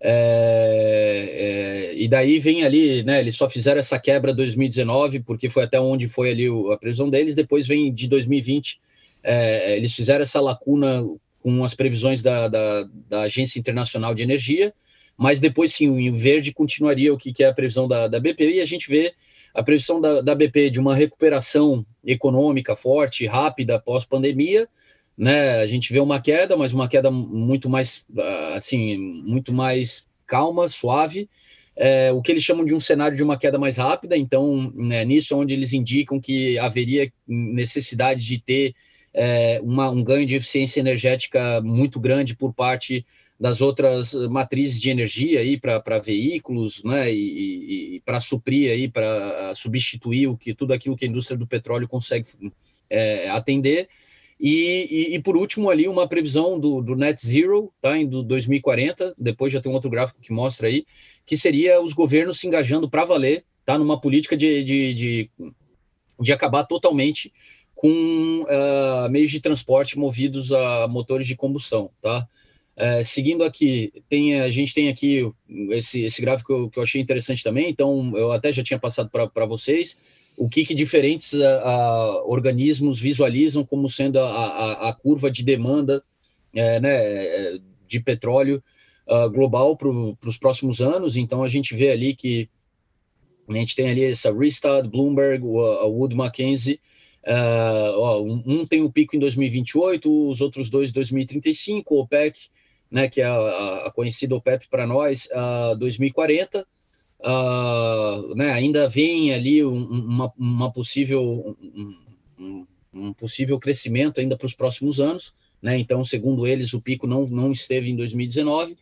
E daí vem ali, né? Eles só fizeram essa quebra 2019, porque foi até onde foi ali a previsão deles. Depois vem de 2020, eles fizeram essa lacuna com as previsões da Agência Internacional de Energia, mas depois sim, em verde continuaria o que é a previsão da BP, e a gente vê a previsão da BP de uma recuperação econômica forte, rápida, pós-pandemia, né? A gente vê uma queda, mas uma queda muito mais, assim, muito mais calma, suave, o que eles chamam de um cenário de uma queda mais rápida. Então, né, nisso onde eles indicam que haveria necessidade de ter um ganho de eficiência energética muito grande por parte das outras matrizes de energia aí para veículos, né, e para suprir aí, para substituir tudo aquilo que a indústria do petróleo consegue atender. E por último ali uma previsão do net zero, tá, em 2040, depois já tem um outro gráfico que mostra aí, que seria os governos se engajando para valer, tá, numa política de acabar totalmente com meios de transporte movidos a motores de combustão, tá? Seguindo aqui, a gente tem aqui esse gráfico que eu achei interessante também, então eu até já tinha passado para vocês. o que diferentes organismos visualizam como sendo a curva de demanda né, de petróleo global para os próximos anos. Então, a gente vê ali que a gente tem ali essa Rystad, Bloomberg, a Wood Mackenzie. Um tem o pico em 2028, os outros dois em 2035, o OPEC, né, que é a conhecida OPEP para nós, 2040. Né, ainda vem ali um possível crescimento ainda para os próximos anos, né? Então, segundo eles, o pico não esteve em 2019.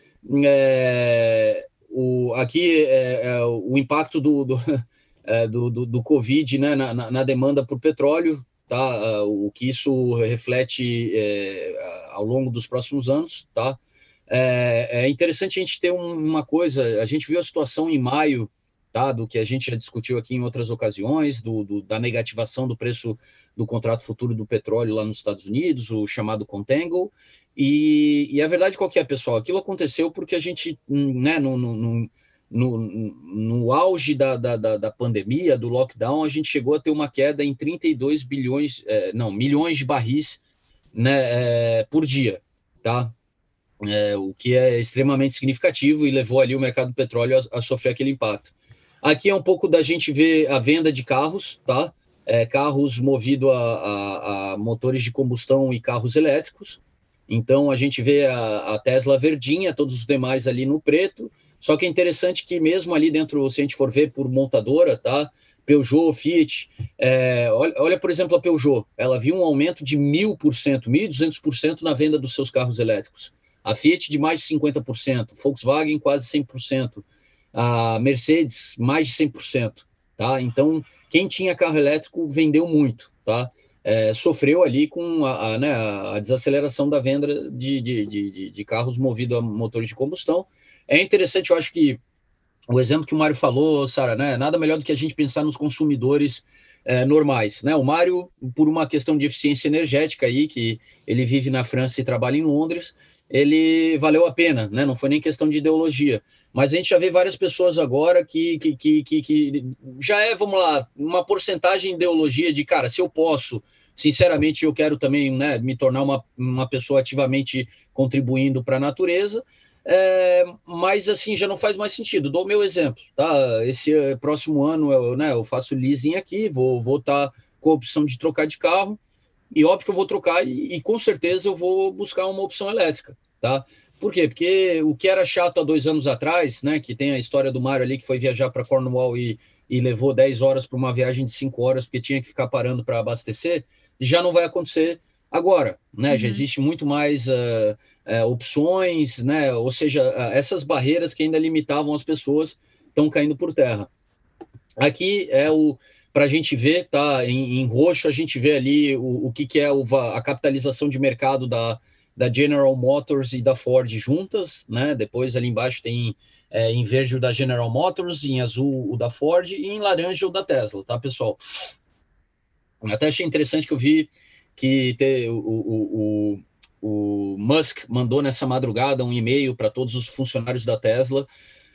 Aqui o impacto do Covid, né, na demanda por petróleo, tá? O que isso reflete ao longo dos próximos anos, tá? É interessante a gente ter uma coisa, a gente viu a situação em maio, tá, do que a gente já discutiu aqui em outras ocasiões, da negativação do preço do contrato futuro do petróleo lá nos Estados Unidos, o chamado contango, e a verdade qual que é, pessoal? Aquilo aconteceu porque a gente, né, no auge da pandemia, do lockdown, a gente chegou a ter uma queda em 32 milhões de barris, né, por dia, tá? O que é extremamente significativo e levou ali o mercado do petróleo a sofrer aquele impacto. Aqui é um pouco da gente ver a venda de carros, tá? Carros movidos a motores de combustão e carros elétricos. Então, a gente vê a Tesla verdinha, todos os demais ali no preto. Só que é interessante que mesmo ali dentro, se a gente for ver por montadora, tá? Peugeot, Fiat, olha, por exemplo, a Peugeot. Ela viu um aumento de 1.000%, 1.200% na venda dos seus carros elétricos. A Fiat de mais de 50%, Volkswagen quase 100%, a Mercedes mais de 100%, tá? Então, quem tinha carro elétrico vendeu muito, tá? Sofreu ali com a desaceleração da venda de carros movidos a motores de combustão. É interessante, eu acho que o exemplo que o Mário falou, Sara, né? Nada melhor do que a gente pensar nos consumidores normais, né? O Mário, por uma questão de eficiência energética aí, que ele vive na França e trabalha em Londres, ele valeu a pena, né? Não foi nem questão de ideologia. Mas a gente já vê várias pessoas agora que já vamos lá, uma porcentagem de ideologia de, cara, se eu posso, sinceramente, eu quero também, né, me tornar uma pessoa ativamente contribuindo para a natureza, mas assim, já não faz mais sentido. Dou o meu exemplo, tá? Esse próximo ano eu faço leasing aqui, vou estar com a opção de trocar de carro, e óbvio que eu vou trocar e com certeza eu vou buscar uma opção elétrica, tá? Por quê? Porque o que era chato há 2 anos atrás, né, que tem a história do Mário ali que foi viajar para Cornwall e levou 10 horas para uma viagem de 5 horas porque tinha que ficar parando para abastecer, já não vai acontecer agora, né? Uhum. Já existe muito mais opções, né? Ou seja, essas barreiras que ainda limitavam as pessoas estão caindo por terra. Aqui para a gente ver, tá? Em roxo, a gente vê ali o que é a capitalização de mercado da General Motors e da Ford juntas, né? Depois ali embaixo tem em verde o da General Motors, em azul o da Ford e em laranja o da Tesla, tá, pessoal? Até achei interessante que eu vi que o Musk mandou nessa madrugada um e-mail para todos os funcionários da Tesla,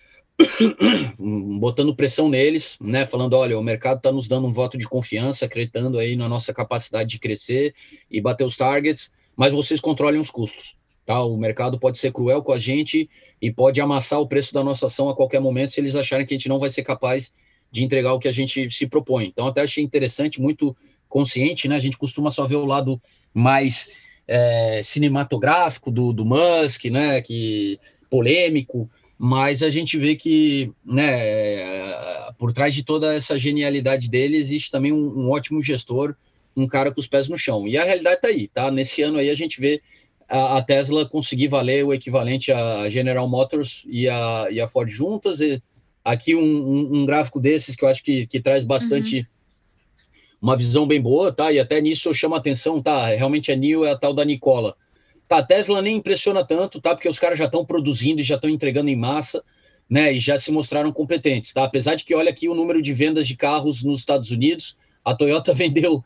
botando pressão neles, né, falando, olha, o mercado está nos dando um voto de confiança, acreditando aí na nossa capacidade de crescer e bater os targets, mas vocês controlem os custos, tá? O mercado pode ser cruel com a gente e pode amassar o preço da nossa ação a qualquer momento se eles acharem que a gente não vai ser capaz de entregar o que a gente se propõe. Então, até achei interessante, muito consciente, né? A gente costuma só ver o lado mais cinematográfico do Musk, né? Que polêmico, mas a gente vê que, né, por trás de toda essa genialidade dele, existe também um ótimo gestor, um cara com os pés no chão. E a realidade está aí, tá? Nesse ano aí a gente vê a Tesla conseguir valer o equivalente a General Motors e a Ford juntas. E aqui um gráfico desses que eu acho que traz bastante uma visão bem boa, tá? E até nisso eu chamo a atenção, tá? Realmente a NIO é a tal da Nicola. Tá, a Tesla nem impressiona tanto, tá? Porque os caras já estão produzindo e já estão entregando em massa, né? E já se mostraram competentes, tá? Apesar de que, olha aqui o número de vendas de carros nos Estados Unidos, a Toyota vendeu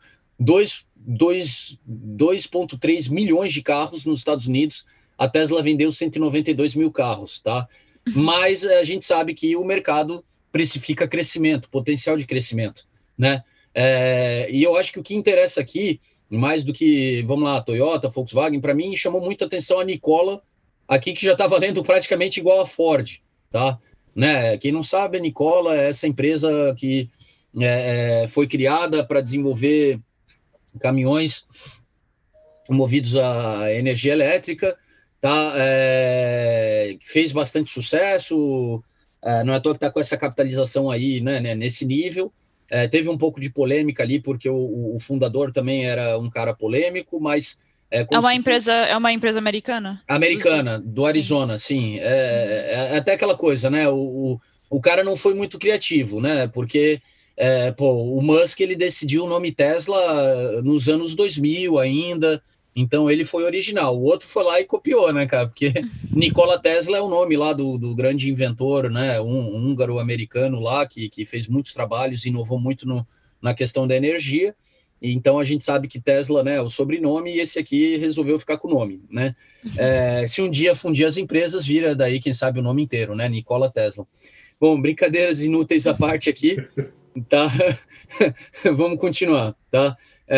2,3 milhões de carros nos Estados Unidos, a Tesla vendeu 192 mil carros, tá? Mas a gente sabe que o mercado precifica crescimento, potencial de crescimento, né? E eu acho que o que interessa aqui, mais do que, vamos lá, Toyota, Volkswagen, para mim chamou muita atenção a Nikola, aqui que já está valendo praticamente igual a Ford, tá? Né? Quem não sabe, a Nikola é essa empresa que foi criada para desenvolver caminhões movidos a energia elétrica, tá? Fez bastante sucesso, não é à toa que está com essa capitalização aí, né, nesse nível. Teve um pouco de polêmica ali, porque o fundador também era um cara polêmico, mas... É uma empresa americana? Americana, do Arizona, sim. Até aquela coisa, né? O cara não foi muito criativo, né? Porque o Musk, ele decidiu o nome Tesla nos anos 2000 ainda, então ele foi original. O outro foi lá e copiou, né, cara? Porque Nikola Tesla é o nome lá do grande inventor, né? Um húngaro-americano lá que fez muitos trabalhos, inovou muito na questão da energia. Então a gente sabe que Tesla, né, é o sobrenome, e esse aqui resolveu ficar com o nome, né? Se um dia fundir as empresas, vira daí, quem sabe, o nome inteiro, né? Nikola Tesla. Bom, brincadeiras inúteis à parte aqui, tá? Vamos continuar, tá?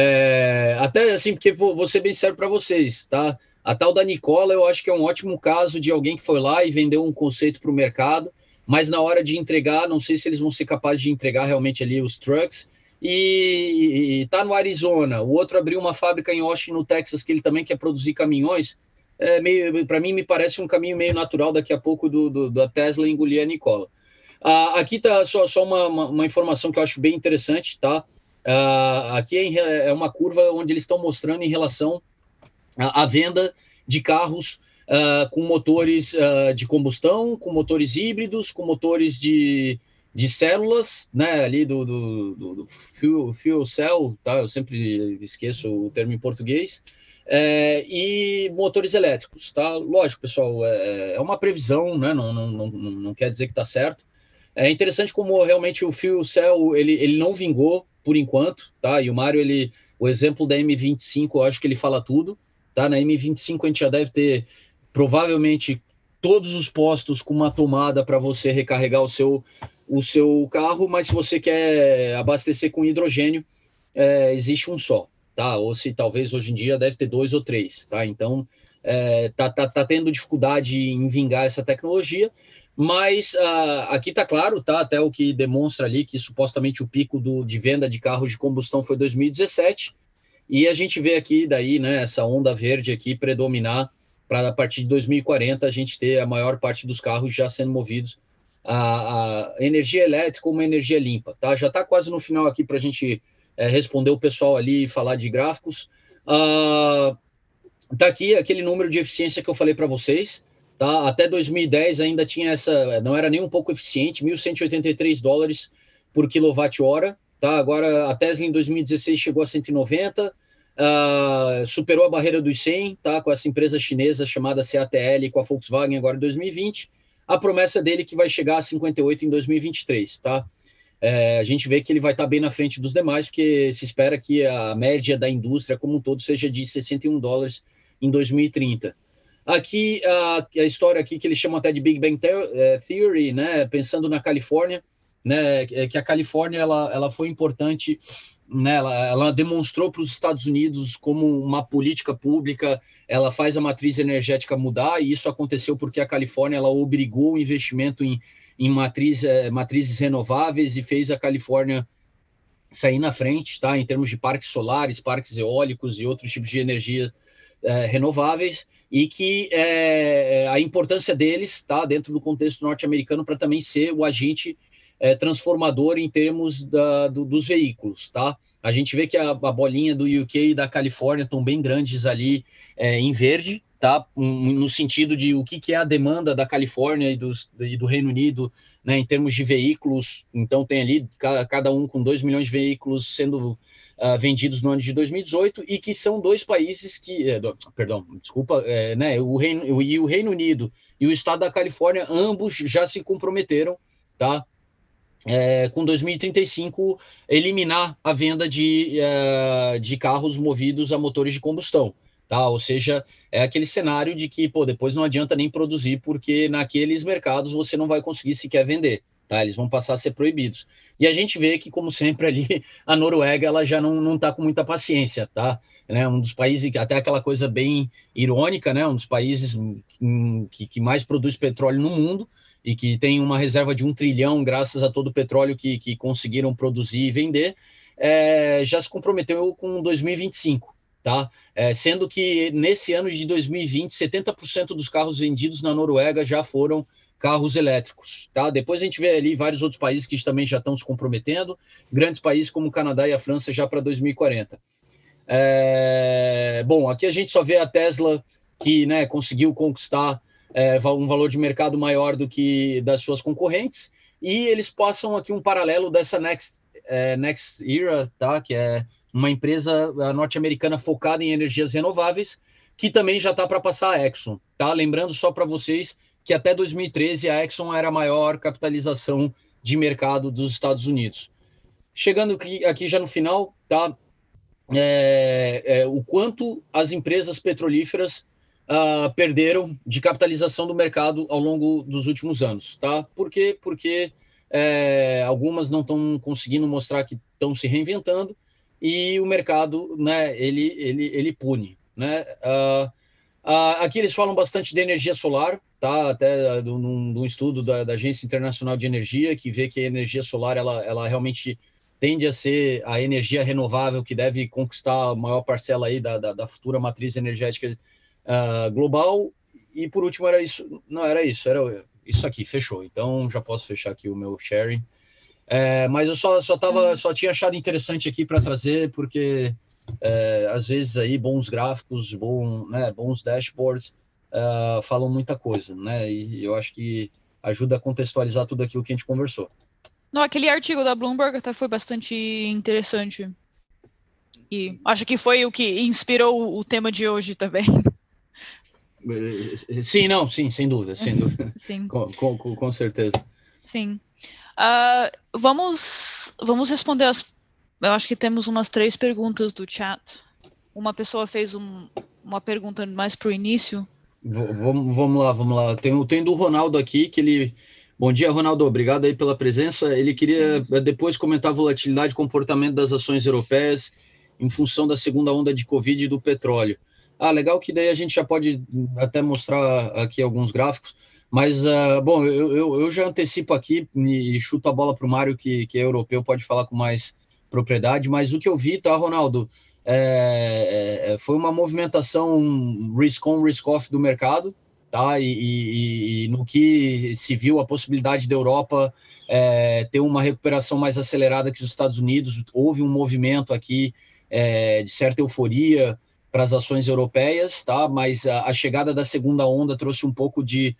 Até assim, porque vou ser bem sério para vocês, tá? A tal da Nikola, eu acho que é um ótimo caso de alguém que foi lá e vendeu um conceito para o mercado, mas na hora de entregar, não sei se eles vão ser capazes de entregar realmente ali os trucks, e tá no Arizona. O outro abriu uma fábrica em Austin, no Texas, que ele também quer produzir caminhões. Para mim, me parece um caminho meio natural daqui a pouco da Tesla engolir a Nikola. Aqui tá só uma informação que eu acho bem interessante, tá? Aqui é uma curva onde eles estão mostrando em relação à venda de carros com motores de combustão, com motores híbridos, com motores de células, né, ali do fuel cell, tá? Eu sempre esqueço o termo em português, e motores elétricos, tá? Lógico, pessoal, é uma previsão, né? Não quer dizer que está certo. É interessante como realmente o fuel cell ele não vingou por enquanto, tá? E o Mário, o exemplo da M25, eu acho que ele fala tudo, tá? Na M25 a gente já deve ter provavelmente todos os postos com uma tomada para você recarregar o seu carro, mas se você quer abastecer com hidrogênio, existe um só, tá? Ou se talvez hoje em dia deve ter 2 ou 3, tá? Então, tá tendo dificuldade em vingar essa tecnologia, mas aqui tá claro, tá? Até o que demonstra ali que supostamente o pico de venda de carros de combustão foi 2017, e a gente vê aqui daí, né, essa onda verde aqui predominar para a partir de 2040 a gente ter a maior parte dos carros já sendo movidos a energia elétrica ou uma energia limpa, tá? Já está quase no final aqui para a gente responder o pessoal ali e falar de gráficos. Tá aqui aquele número de eficiência que eu falei para vocês, tá? Até 2010 ainda tinha não era nem um pouco eficiente, $1.183 por quilowatt-hora, tá? Agora a Tesla em 2016 chegou a 190, superou a barreira dos 100, tá? Com essa empresa chinesa chamada CATL, com a Volkswagen agora em 2020. A promessa dele é que vai chegar a 58 em 2023, tá? A gente vê que ele vai estar bem na frente dos demais, porque se espera que a média da indústria como um todo seja de $61 em 2030. Aqui, a história aqui que eles chamam até de Big Bang Theory, né? Pensando na Califórnia, né? Que a Califórnia ela foi importante, né? Ela demonstrou para os Estados Unidos como uma política pública, ela faz a matriz energética mudar, e isso aconteceu porque a Califórnia ela obrigou o investimento em matrizes renováveis e fez a Califórnia sair na frente, tá? Em termos de parques solares, parques eólicos e outros tipos de energia renováveis, e que a importância deles, tá? Dentro do contexto norte-americano, para também ser o agente transformador em termos dos veículos, tá? A gente vê que a bolinha do UK e da Califórnia estão bem grandes ali em verde, tá? No sentido de o que é a demanda da Califórnia e do Reino Unido, né, em termos de veículos. Então tem ali cada um com 2 milhões de veículos sendo vendidos no ano de 2018, e que são dois países que, né, o Reino Unido e o estado da Califórnia, ambos já se comprometeram, tá? Com 2035, eliminar a venda de carros movidos a motores de combustão, tá? Ou seja, é aquele cenário de que, depois não adianta nem produzir, porque naqueles mercados você não vai conseguir sequer vender, tá? Eles vão passar a ser proibidos. E a gente vê que, como sempre, ali, a Noruega ela já não está com muita paciência, tá? Né? Um dos países, até aquela coisa bem irônica, né? Um dos países que mais produz petróleo no mundo e que tem uma reserva de 1 trilhão graças a todo o petróleo que conseguiram produzir e vender, já se comprometeu com 2025, tá? Sendo que nesse ano de 2020, 70% dos carros vendidos na Noruega já foram carros elétricos, tá? Depois a gente vê ali vários outros países que também já estão se comprometendo, grandes países como o Canadá e a França já para 2040. Bom, aqui a gente só vê a Tesla que, né, conseguiu conquistar um valor de mercado maior do que das suas concorrentes, e eles passam aqui um paralelo dessa Next Era, tá? Que é uma empresa norte-americana focada em energias renováveis, que também já está para passar a Exxon, tá? Lembrando só para vocês que até 2013 a Exxon era a maior capitalização de mercado dos Estados Unidos. Chegando aqui já no final, tá? O quanto as empresas petrolíferas perderam de capitalização do mercado ao longo dos últimos anos, tá? Por quê? Porque algumas não estão conseguindo mostrar que estão se reinventando e o mercado, né, ele pune, né? Aqui eles falam bastante de energia solar, tá? Até num estudo da Agência Internacional de Energia, que vê que a energia solar ela realmente tende a ser a energia renovável que deve conquistar a maior parcela aí da futura matriz energética global. E por último era isso, não era isso, era isso aqui, fechou. Então já posso fechar aqui o meu sharing. Mas eu só tinha achado interessante aqui para trazer, porque às vezes aí bons gráficos, bons dashboards falam muita coisa, né? E eu acho que ajuda a contextualizar tudo aquilo que a gente conversou. Não, aquele artigo da Bloomberg até foi bastante interessante. E acho que foi o que inspirou o tema de hoje também. Sim, sem dúvida. Sim. Com certeza. Sim. Vamos responder eu acho que temos umas 3 perguntas do chat. Uma pessoa fez uma pergunta mais para o início. Vamos lá. Tem do Ronaldo aqui, que ele... Bom dia, Ronaldo. Obrigado aí pela presença. Ele queria depois comentar a volatilidade e comportamento das ações europeias em função da segunda onda de Covid e do petróleo. Legal que daí a gente já pode até mostrar aqui alguns gráficos, mas, bom, eu já antecipo aqui e chuto a bola para o Mário, que é europeu, pode falar com mais propriedade, mas o que eu vi, tá, Ronaldo, foi uma movimentação risk-on, risk-off do mercado, tá? E no que se viu a possibilidade da Europa ter uma recuperação mais acelerada que os Estados Unidos, houve um movimento aqui de certa euforia para as ações europeias, tá? Mas a chegada da segunda onda trouxe um pouco de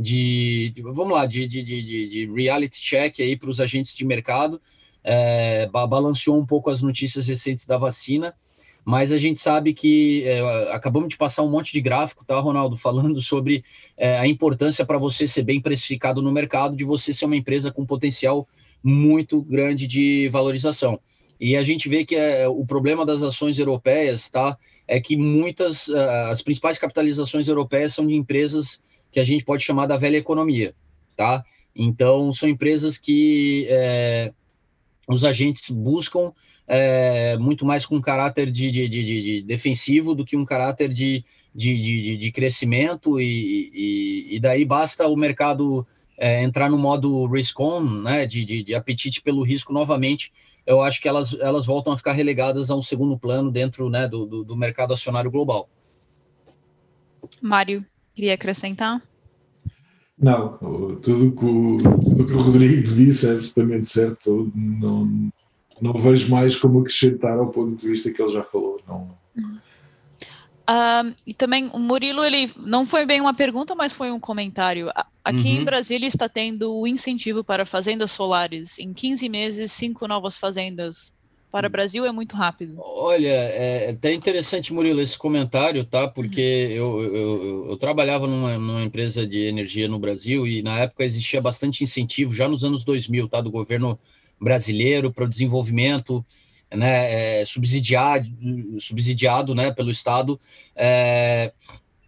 reality check aí para os agentes de mercado, balanceou um pouco as notícias recentes da vacina, mas a gente sabe que acabamos de passar um monte de gráfico, tá, Ronaldo, falando sobre a importância para você ser bem precificado no mercado, de você ser uma empresa com potencial muito grande de valorização. E a gente vê que o problema das ações europeias, tá, é que as principais capitalizações europeias são de empresas que a gente pode chamar da velha economia, tá? Então, são empresas que os agentes buscam muito mais com caráter de defensivo do que um caráter de crescimento, e daí basta o mercado entrar no modo risk-on, né, de apetite pelo risco novamente. Eu acho que elas voltam a ficar relegadas a um segundo plano dentro, né, do mercado acionário global. Mário, queria acrescentar? Não, tudo que o Rodrigo disse é absolutamente certo. Não vejo mais como acrescentar ao ponto de vista que ele já falou. Não. E também o Murilo, ele não foi bem uma pergunta, mas foi um comentário. Aqui em Brasília está tendo o incentivo para fazendas solares. Em 15 meses, 5 novas fazendas. Para o Brasil é muito rápido. Olha, é até interessante, Murilo, esse comentário, tá? Porque eu trabalhava numa empresa de energia no Brasil e na época existia bastante incentivo, já nos anos 2000, tá? Do governo brasileiro para o desenvolvimento, né? Subsidiado, né? Pelo Estado.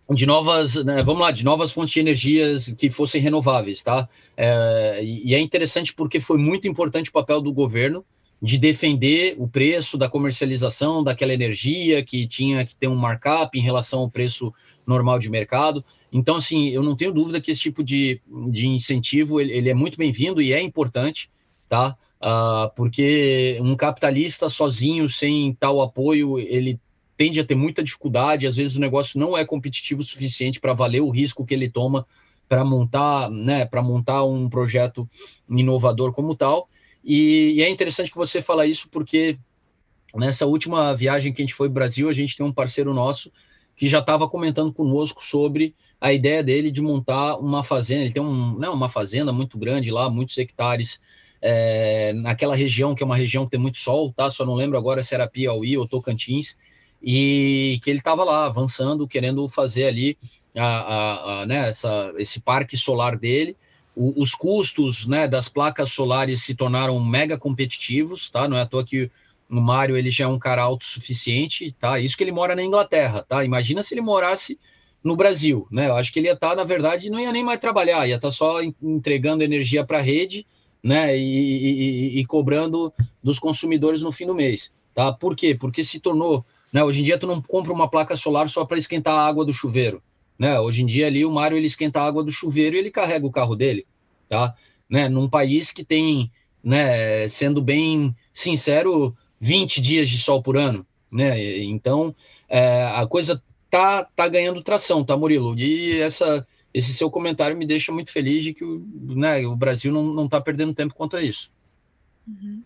de novas, né, vamos lá, de novas fontes de energias que fossem renováveis, tá? E é interessante porque foi muito importante o papel do governo de defender o preço da comercialização daquela energia que tinha que ter um markup em relação ao preço normal de mercado. Então, assim, eu não tenho dúvida que esse tipo de incentivo, ele é muito bem-vindo e é importante, tá? Porque um capitalista sozinho, sem tal apoio, ele tende a ter muita dificuldade, às vezes o negócio não é competitivo o suficiente para valer o risco que ele toma para montar, né, para montar um projeto inovador como tal. E é interessante que você fala isso porque nessa última viagem que a gente foi para o Brasil, a gente tem um parceiro nosso que já estava comentando conosco sobre a ideia dele de montar uma fazenda. Ele tem uma fazenda muito grande lá, muitos hectares, naquela região, que é uma região que tem muito sol, tá? Só não lembro agora se era Piauí ou Tocantins, e que ele estava lá avançando, querendo fazer ali né, esse parque solar dele. Os custos, né, das placas solares se tornaram mega competitivos, tá? Não é à toa que o Mário ele já é um cara autossuficiente, tá? Isso que ele mora na Inglaterra, tá? Imagina se ele morasse no Brasil, né? Eu acho que ele ia estar, na verdade, não ia nem mais trabalhar, ia estar só entregando energia para a rede, né? E cobrando dos consumidores no fim do mês, tá? Por quê? Porque se tornou, né? Hoje em dia tu não compra uma placa solar só para esquentar a água do chuveiro, né? Hoje em dia ali o Mário ele esquenta a água do chuveiro e ele carrega o carro dele, tá? Né? Num país que tem, né? Sendo bem sincero, 20 dias de sol por ano, né? Então a coisa tá ganhando tração, tá, Murilo? E esse seu comentário me deixa muito feliz de que né, o Brasil não está perdendo tempo quanto a isso. Uhum.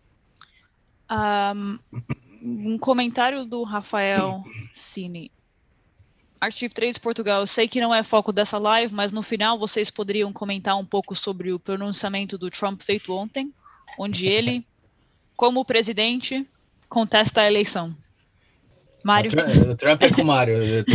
Um comentário do Rafael Cini. Archive Trades Portugal, eu sei que não é foco dessa live, mas no final vocês poderiam comentar um pouco sobre o pronunciamento do Trump feito ontem, onde ele, como presidente, contesta a eleição. Mário. O Trump é com o Mário.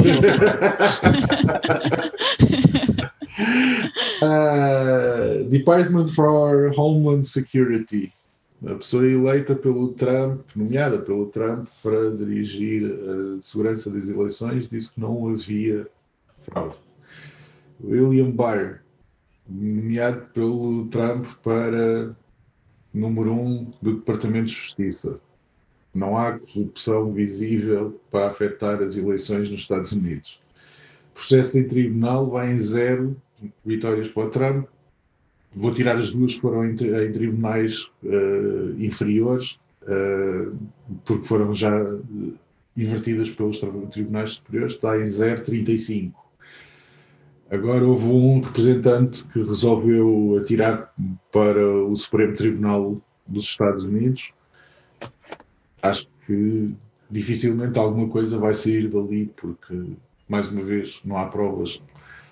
Department for Homeland Security. A pessoa eleita pelo Trump, nomeada pelo Trump para dirigir a segurança das eleições, disse que não havia fraude. William Barr, nomeado pelo Trump para número 1 do Departamento de Justiça. Não há corrupção visível para afetar as eleições nos Estados Unidos. O processo em tribunal vai em 0 vitórias para o Trump. Vou tirar as duas que foram em tribunais inferiores, porque foram já invertidas pelos tribunais superiores, está em 0,35. Agora houve um representante que resolveu atirar para o Supremo Tribunal dos Estados Unidos. Acho que dificilmente alguma coisa vai sair dali, porque, mais uma vez, não há provas.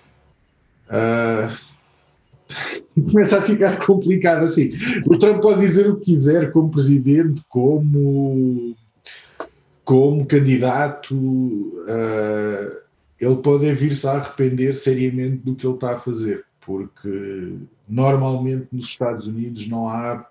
Começa a ficar complicado assim. O Trump pode dizer o que quiser como presidente, como candidato, ele pode vir-se a arrepender seriamente do que ele está a fazer, porque normalmente nos Estados Unidos não há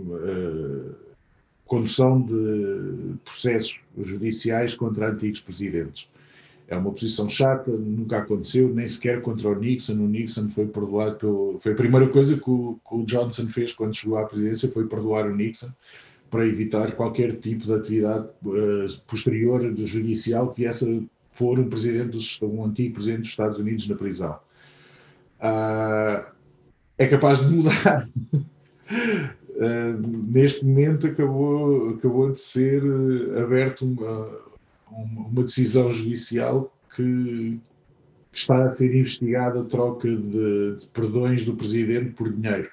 condução de processos judiciais contra antigos presidentes. É uma posição chata, nunca aconteceu, nem sequer contra o Nixon. O Nixon foi perdoado foi a primeira coisa que o Johnson fez quando chegou à presidência, foi perdoar o Nixon para evitar qualquer tipo de atividade posterior judicial que viesse a pôr um antigo presidente dos Estados Unidos na prisão. É capaz de mudar. Neste momento acabou de ser aberto uma decisão judicial que está a ser investigada a troca de perdões do presidente por dinheiro.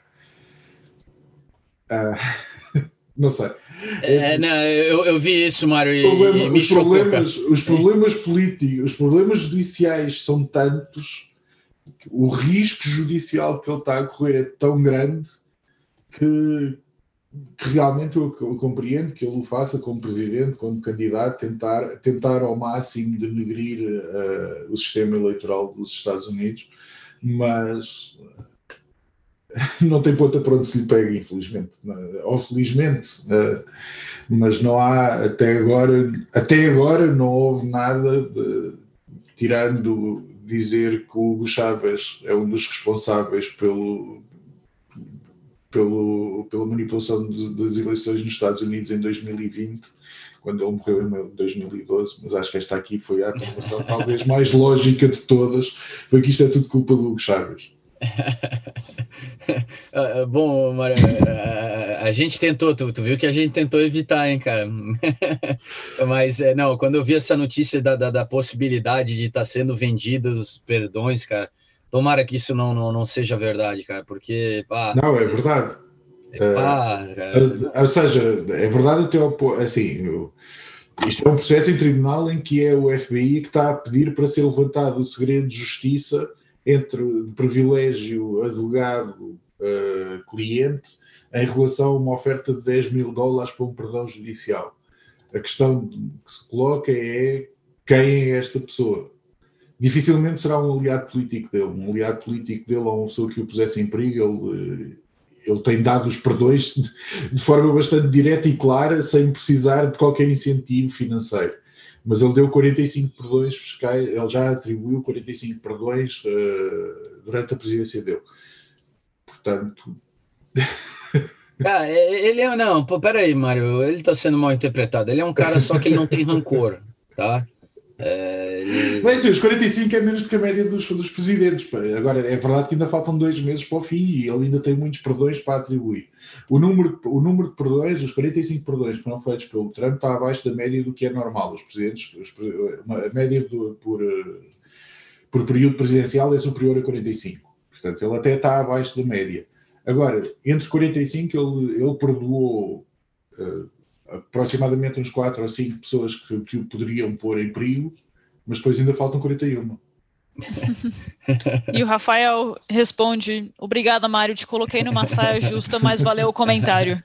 Não sei. Eu vi isso, Mário, os problemas políticos, os problemas judiciais são tantos, o risco judicial que ele está a correr é tão grande que realmente eu compreendo que ele o faça como presidente, como candidato, tentar ao máximo denegrir o sistema eleitoral dos Estados Unidos, mas não tem ponta para onde se lhe pega, infelizmente, ou felizmente, mas não há, até agora não houve nada tirando dizer que o Hugo Chávez é um dos responsáveis pela manipulação das eleições nos Estados Unidos em 2020, quando ele morreu em 2012, mas acho que esta aqui foi a afirmação talvez mais lógica de todas, foi que isto é tudo culpa do Hugo Chávez. Bom, Mário, a gente tentou, tu viu que a gente tentou evitar, hein, cara? Mas, não, quando eu vi essa notícia da possibilidade de estar sendo vendidos perdões, cara, tomara que isso não seja verdade, cara, porque... Não, é verdade. Ou seja, é verdade até assim, isto é um processo em tribunal em que é o FBI que está a pedir para ser levantado o segredo de justiça entre privilégio advogado-cliente em relação a uma oferta de $10 mil para um perdão judicial. A questão que se coloca é quem é esta pessoa. Dificilmente será um aliado político dele. Um aliado político dele ou uma pessoa que o pusesse em perigo. Ele tem dado os perdões de forma bastante direta e clara, sem precisar de qualquer incentivo financeiro. Mas ele deu 45 perdões fiscais, ele já atribuiu 45 perdões durante a presidência dele. Portanto... ele é... Não, peraí, Mário, ele está sendo mal interpretado. Ele é um cara só que ele não tem rancor, tá? Mas sim, os 45 é menos do que a média dos presidentes. Agora, é verdade que ainda faltam 2 meses para o fim e ele ainda tem muitos perdões para atribuir. O número de perdões, os 45 perdões que foram feitos pelo Trump, está abaixo da média do que é normal. Os presidentes, a média por período presidencial é superior a 45. Portanto, ele até está abaixo da média. Agora, entre 45, ele perdoou aproximadamente uns 4 ou 5 pessoas que o poderiam pôr em perigo, mas depois ainda faltam 41. E o Rafael responde: obrigada, Mário, te coloquei numa saia justa, mas valeu o comentário.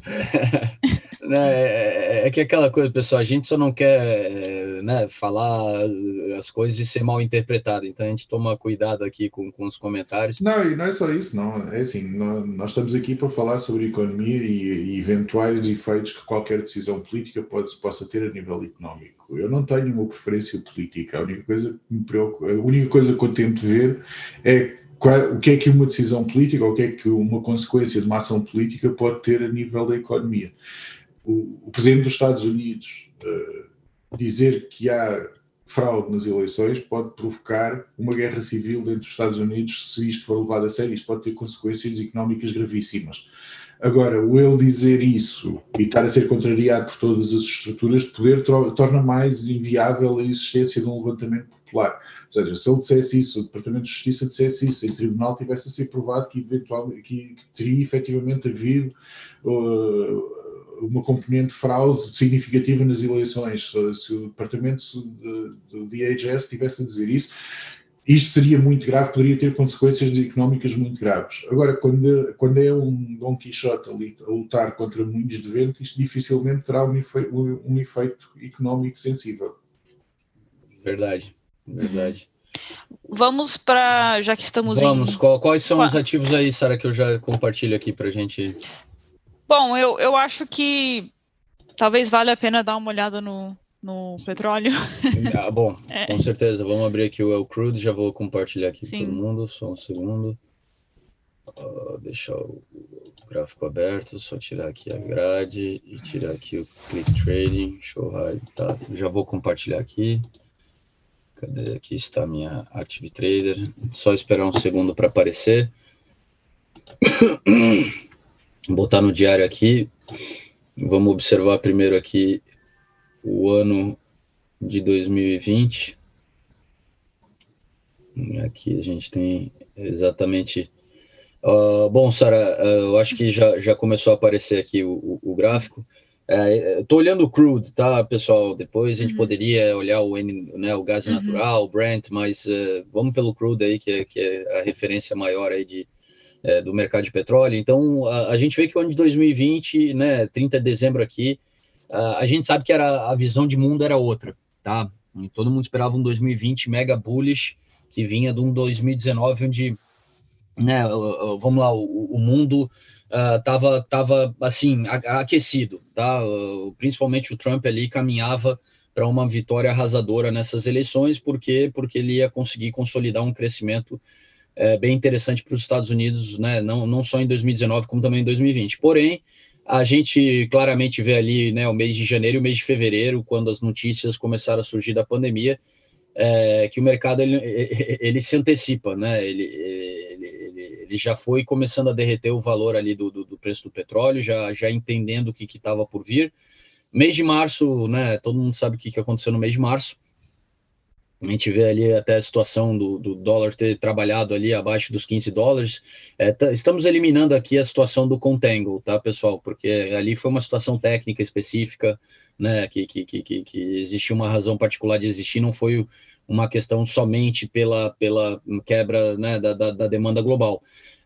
É que aquela coisa, pessoal, a gente só não quer falar as coisas e ser mal interpretado, então a gente toma cuidado aqui com os comentários. Não, e não é só isso, não. É assim, nós estamos aqui para falar sobre economia e eventuais efeitos que qualquer decisão política possa ter a nível económico. Eu não tenho uma preferência política, a única coisa que me preocupa, a única coisa que eu tento ver é o que é que uma decisão política ou o que é que uma consequência de uma ação política pode ter a nível da economia. O presidente dos Estados Unidos dizer que há fraude nas eleições pode provocar uma guerra civil dentro dos Estados Unidos se isto for levado a sério. Isto pode ter consequências económicas gravíssimas. Agora, o ele dizer isso e estar a ser contrariado por todas as estruturas de poder torna mais inviável a existência de um levantamento popular. Ou seja, se ele dissesse isso, o Departamento de Justiça dissesse isso, em tribunal tivesse a ser provado que eventualmente que teria efetivamente havido uma componente de fraude significativa nas eleições. Se o Departamento do DHS estivesse a dizer isso, isto seria muito grave, poderia ter consequências económicas muito graves. Agora, quando é um Dom Quixote a lutar contra moinhos de vento, isto dificilmente terá um efeito económico sensível. Verdade. Vamos para, já que estamos quais são os ativos aí, Sara, que eu já compartilho aqui para a gente... Bom, eu acho que talvez valha a pena dar uma olhada no petróleo. Bom, com certeza. Vamos abrir aqui o El Crude, já vou compartilhar aqui com todo mundo, só um segundo. Deixar o gráfico aberto, só tirar aqui a grade e tirar aqui o Click Trading, Show High, tá? Já vou compartilhar aqui. Cadê? Aqui está a minha Active Trader. Só esperar um segundo para aparecer. Vou botar no diário aqui. Vamos observar primeiro aqui o ano de 2020. Aqui a gente tem exatamente... bom, Sara, eu acho que já começou a aparecer aqui o gráfico. Estou olhando o crude, tá, pessoal? Depois a gente poderia olhar o gás natural, o Brent, mas vamos pelo crude aí, que é a referência maior aí do mercado de petróleo. Então, a gente vê que o ano de 2020, né, 30 de dezembro aqui, a gente sabe que a visão de mundo era outra, tá? E todo mundo esperava um 2020 mega bullish, que vinha de um 2019 onde, né, vamos lá, o mundo tava assim, aquecido, tá? Principalmente o Trump ali caminhava para uma vitória arrasadora nessas eleições, porque ele ia conseguir consolidar um crescimento bem interessante para os Estados Unidos, né? Não só em 2019, como também em 2020. Porém, a gente claramente vê ali, né, o mês de janeiro e o mês de fevereiro, quando as notícias começaram a surgir da pandemia, que o mercado ele se antecipa, né? Ele já foi começando a derreter o valor ali do preço do petróleo, já entendendo o que estava por vir. Mês de março, né? Todo mundo sabe o que aconteceu no mês de março. A gente vê ali até a situação do dólar ter trabalhado ali abaixo dos $15. Estamos eliminando aqui a situação do contango, tá, pessoal? Porque ali foi uma situação técnica específica, né? Que existia uma razão particular de existir, não foi uma questão somente pela quebra, né, da demanda global.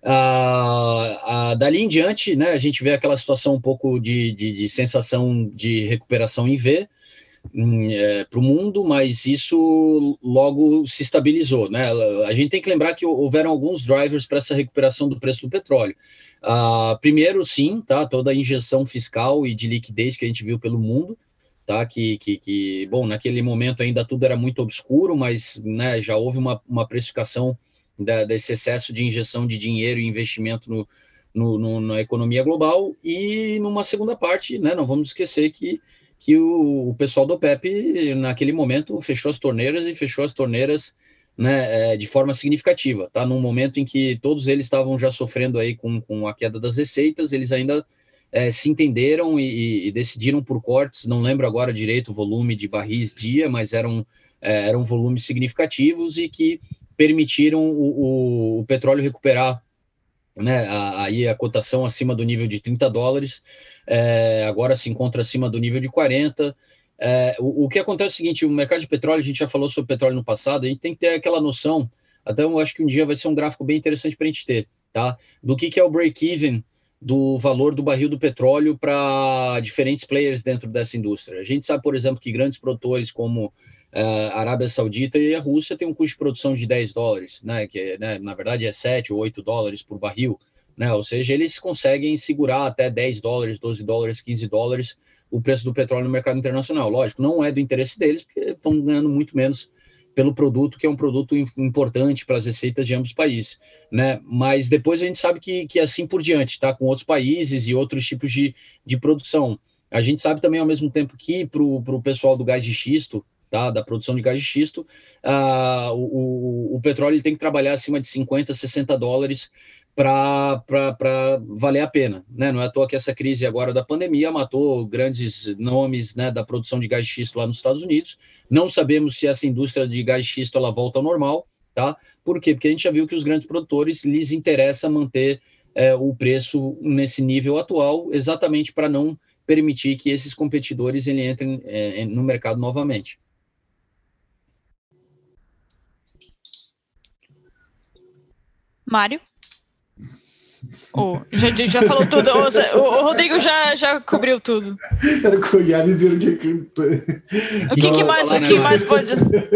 Dali em diante, né, a gente vê aquela situação um pouco de sensação de recuperação em V para o mundo, mas isso logo se estabilizou, né? A gente tem que lembrar que houveram alguns drivers para essa recuperação do preço do petróleo. Primeiro, sim, tá, toda a injeção fiscal e de liquidez que a gente viu pelo mundo, tá, bom, naquele momento ainda tudo era muito obscuro, mas, né, já houve uma precificação desse excesso de injeção de dinheiro e investimento na economia global. E numa segunda parte, né, não vamos esquecer que o pessoal do OPEP, naquele momento, fechou as torneiras, né, de forma significativa, tá? Num momento em que todos eles estavam já sofrendo aí com a queda das receitas, eles ainda se entenderam e decidiram por cortes. Não lembro agora direito o volume de barris dia, mas eram volumes significativos e que permitiram o petróleo recuperar, né, aí a cotação acima do nível de $30, agora se encontra acima do nível de 40. O que acontece é o seguinte: o mercado de petróleo, a gente já falou sobre petróleo no passado, a gente tem que ter aquela noção, até eu acho que um dia vai ser um gráfico bem interessante para a gente ter, tá? Do que é o break-even do valor do barril do petróleo para diferentes players dentro dessa indústria. A gente sabe, por exemplo, que grandes produtores como a Arábia Saudita e a Rússia têm um custo de produção de $10, né, que né, na verdade é $7 ou $8 por barril, né, ou seja, eles conseguem segurar até $10, $12, $15 o preço do petróleo no mercado internacional. Lógico, não é do interesse deles, porque estão ganhando muito menos pelo produto, que é um produto importante para as receitas de ambos os países, né? Mas depois a gente sabe que assim por diante, tá? Com outros países e outros tipos de produção. A gente sabe também, ao mesmo tempo, que para o pessoal do gás de xisto, tá? Da produção de gás de xisto, o petróleo ele tem que trabalhar acima de $50, $60 para valer a pena, né? Não é à toa que essa crise agora da pandemia matou grandes nomes, né, da produção de gás de xisto lá nos Estados Unidos. Não sabemos se essa indústria de gás de xisto ela volta ao normal, tá? Por quê? Porque a gente já viu que os grandes produtores lhes interessa manter o preço nesse nível atual, exatamente para não permitir que esses competidores ele entrem no mercado novamente. Mário? Já falou tudo. O Rodrigo já cobriu tudo. Era que eu ia dizer o que o que mais pode.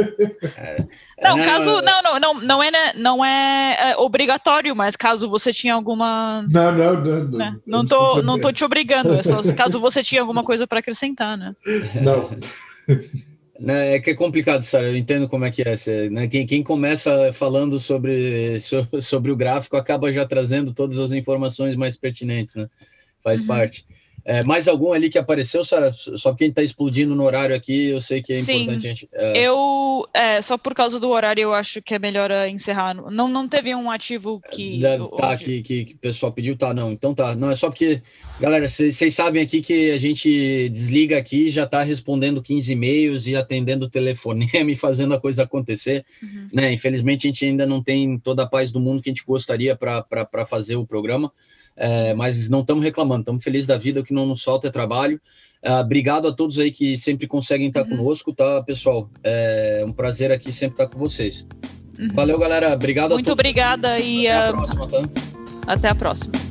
Não é obrigatório, mas caso você tinha alguma. Não tô te obrigando, é só caso você tinha alguma coisa para acrescentar, né? Não. É que é complicado, Sara, eu entendo como é que é. Né? Quem começa falando sobre o gráfico acaba já trazendo todas as informações mais pertinentes, né? Faz parte. Mais algum ali que apareceu, Sara? Só porque a gente está explodindo no horário aqui, eu sei que é importante a gente... só por causa do horário, eu acho que é melhor encerrar. Não teve um ativo que... que o pessoal pediu, tá, não. Então tá. Não, é só porque, galera, vocês sabem aqui que a gente desliga aqui, já está respondendo 15 e-mails e atendendo o telefonema e fazendo a coisa acontecer, né? Infelizmente, a gente ainda não tem toda a paz do mundo que a gente gostaria para fazer o programa. Mas não estamos reclamando, estamos felizes da vida, o que não nos falta é trabalho. Obrigado a todos aí que sempre conseguem estar conosco, tá, pessoal? É um prazer aqui sempre estar com vocês. Valeu, galera. Obrigado a todos. Muito obrigada e até a próxima, tá? Até a próxima.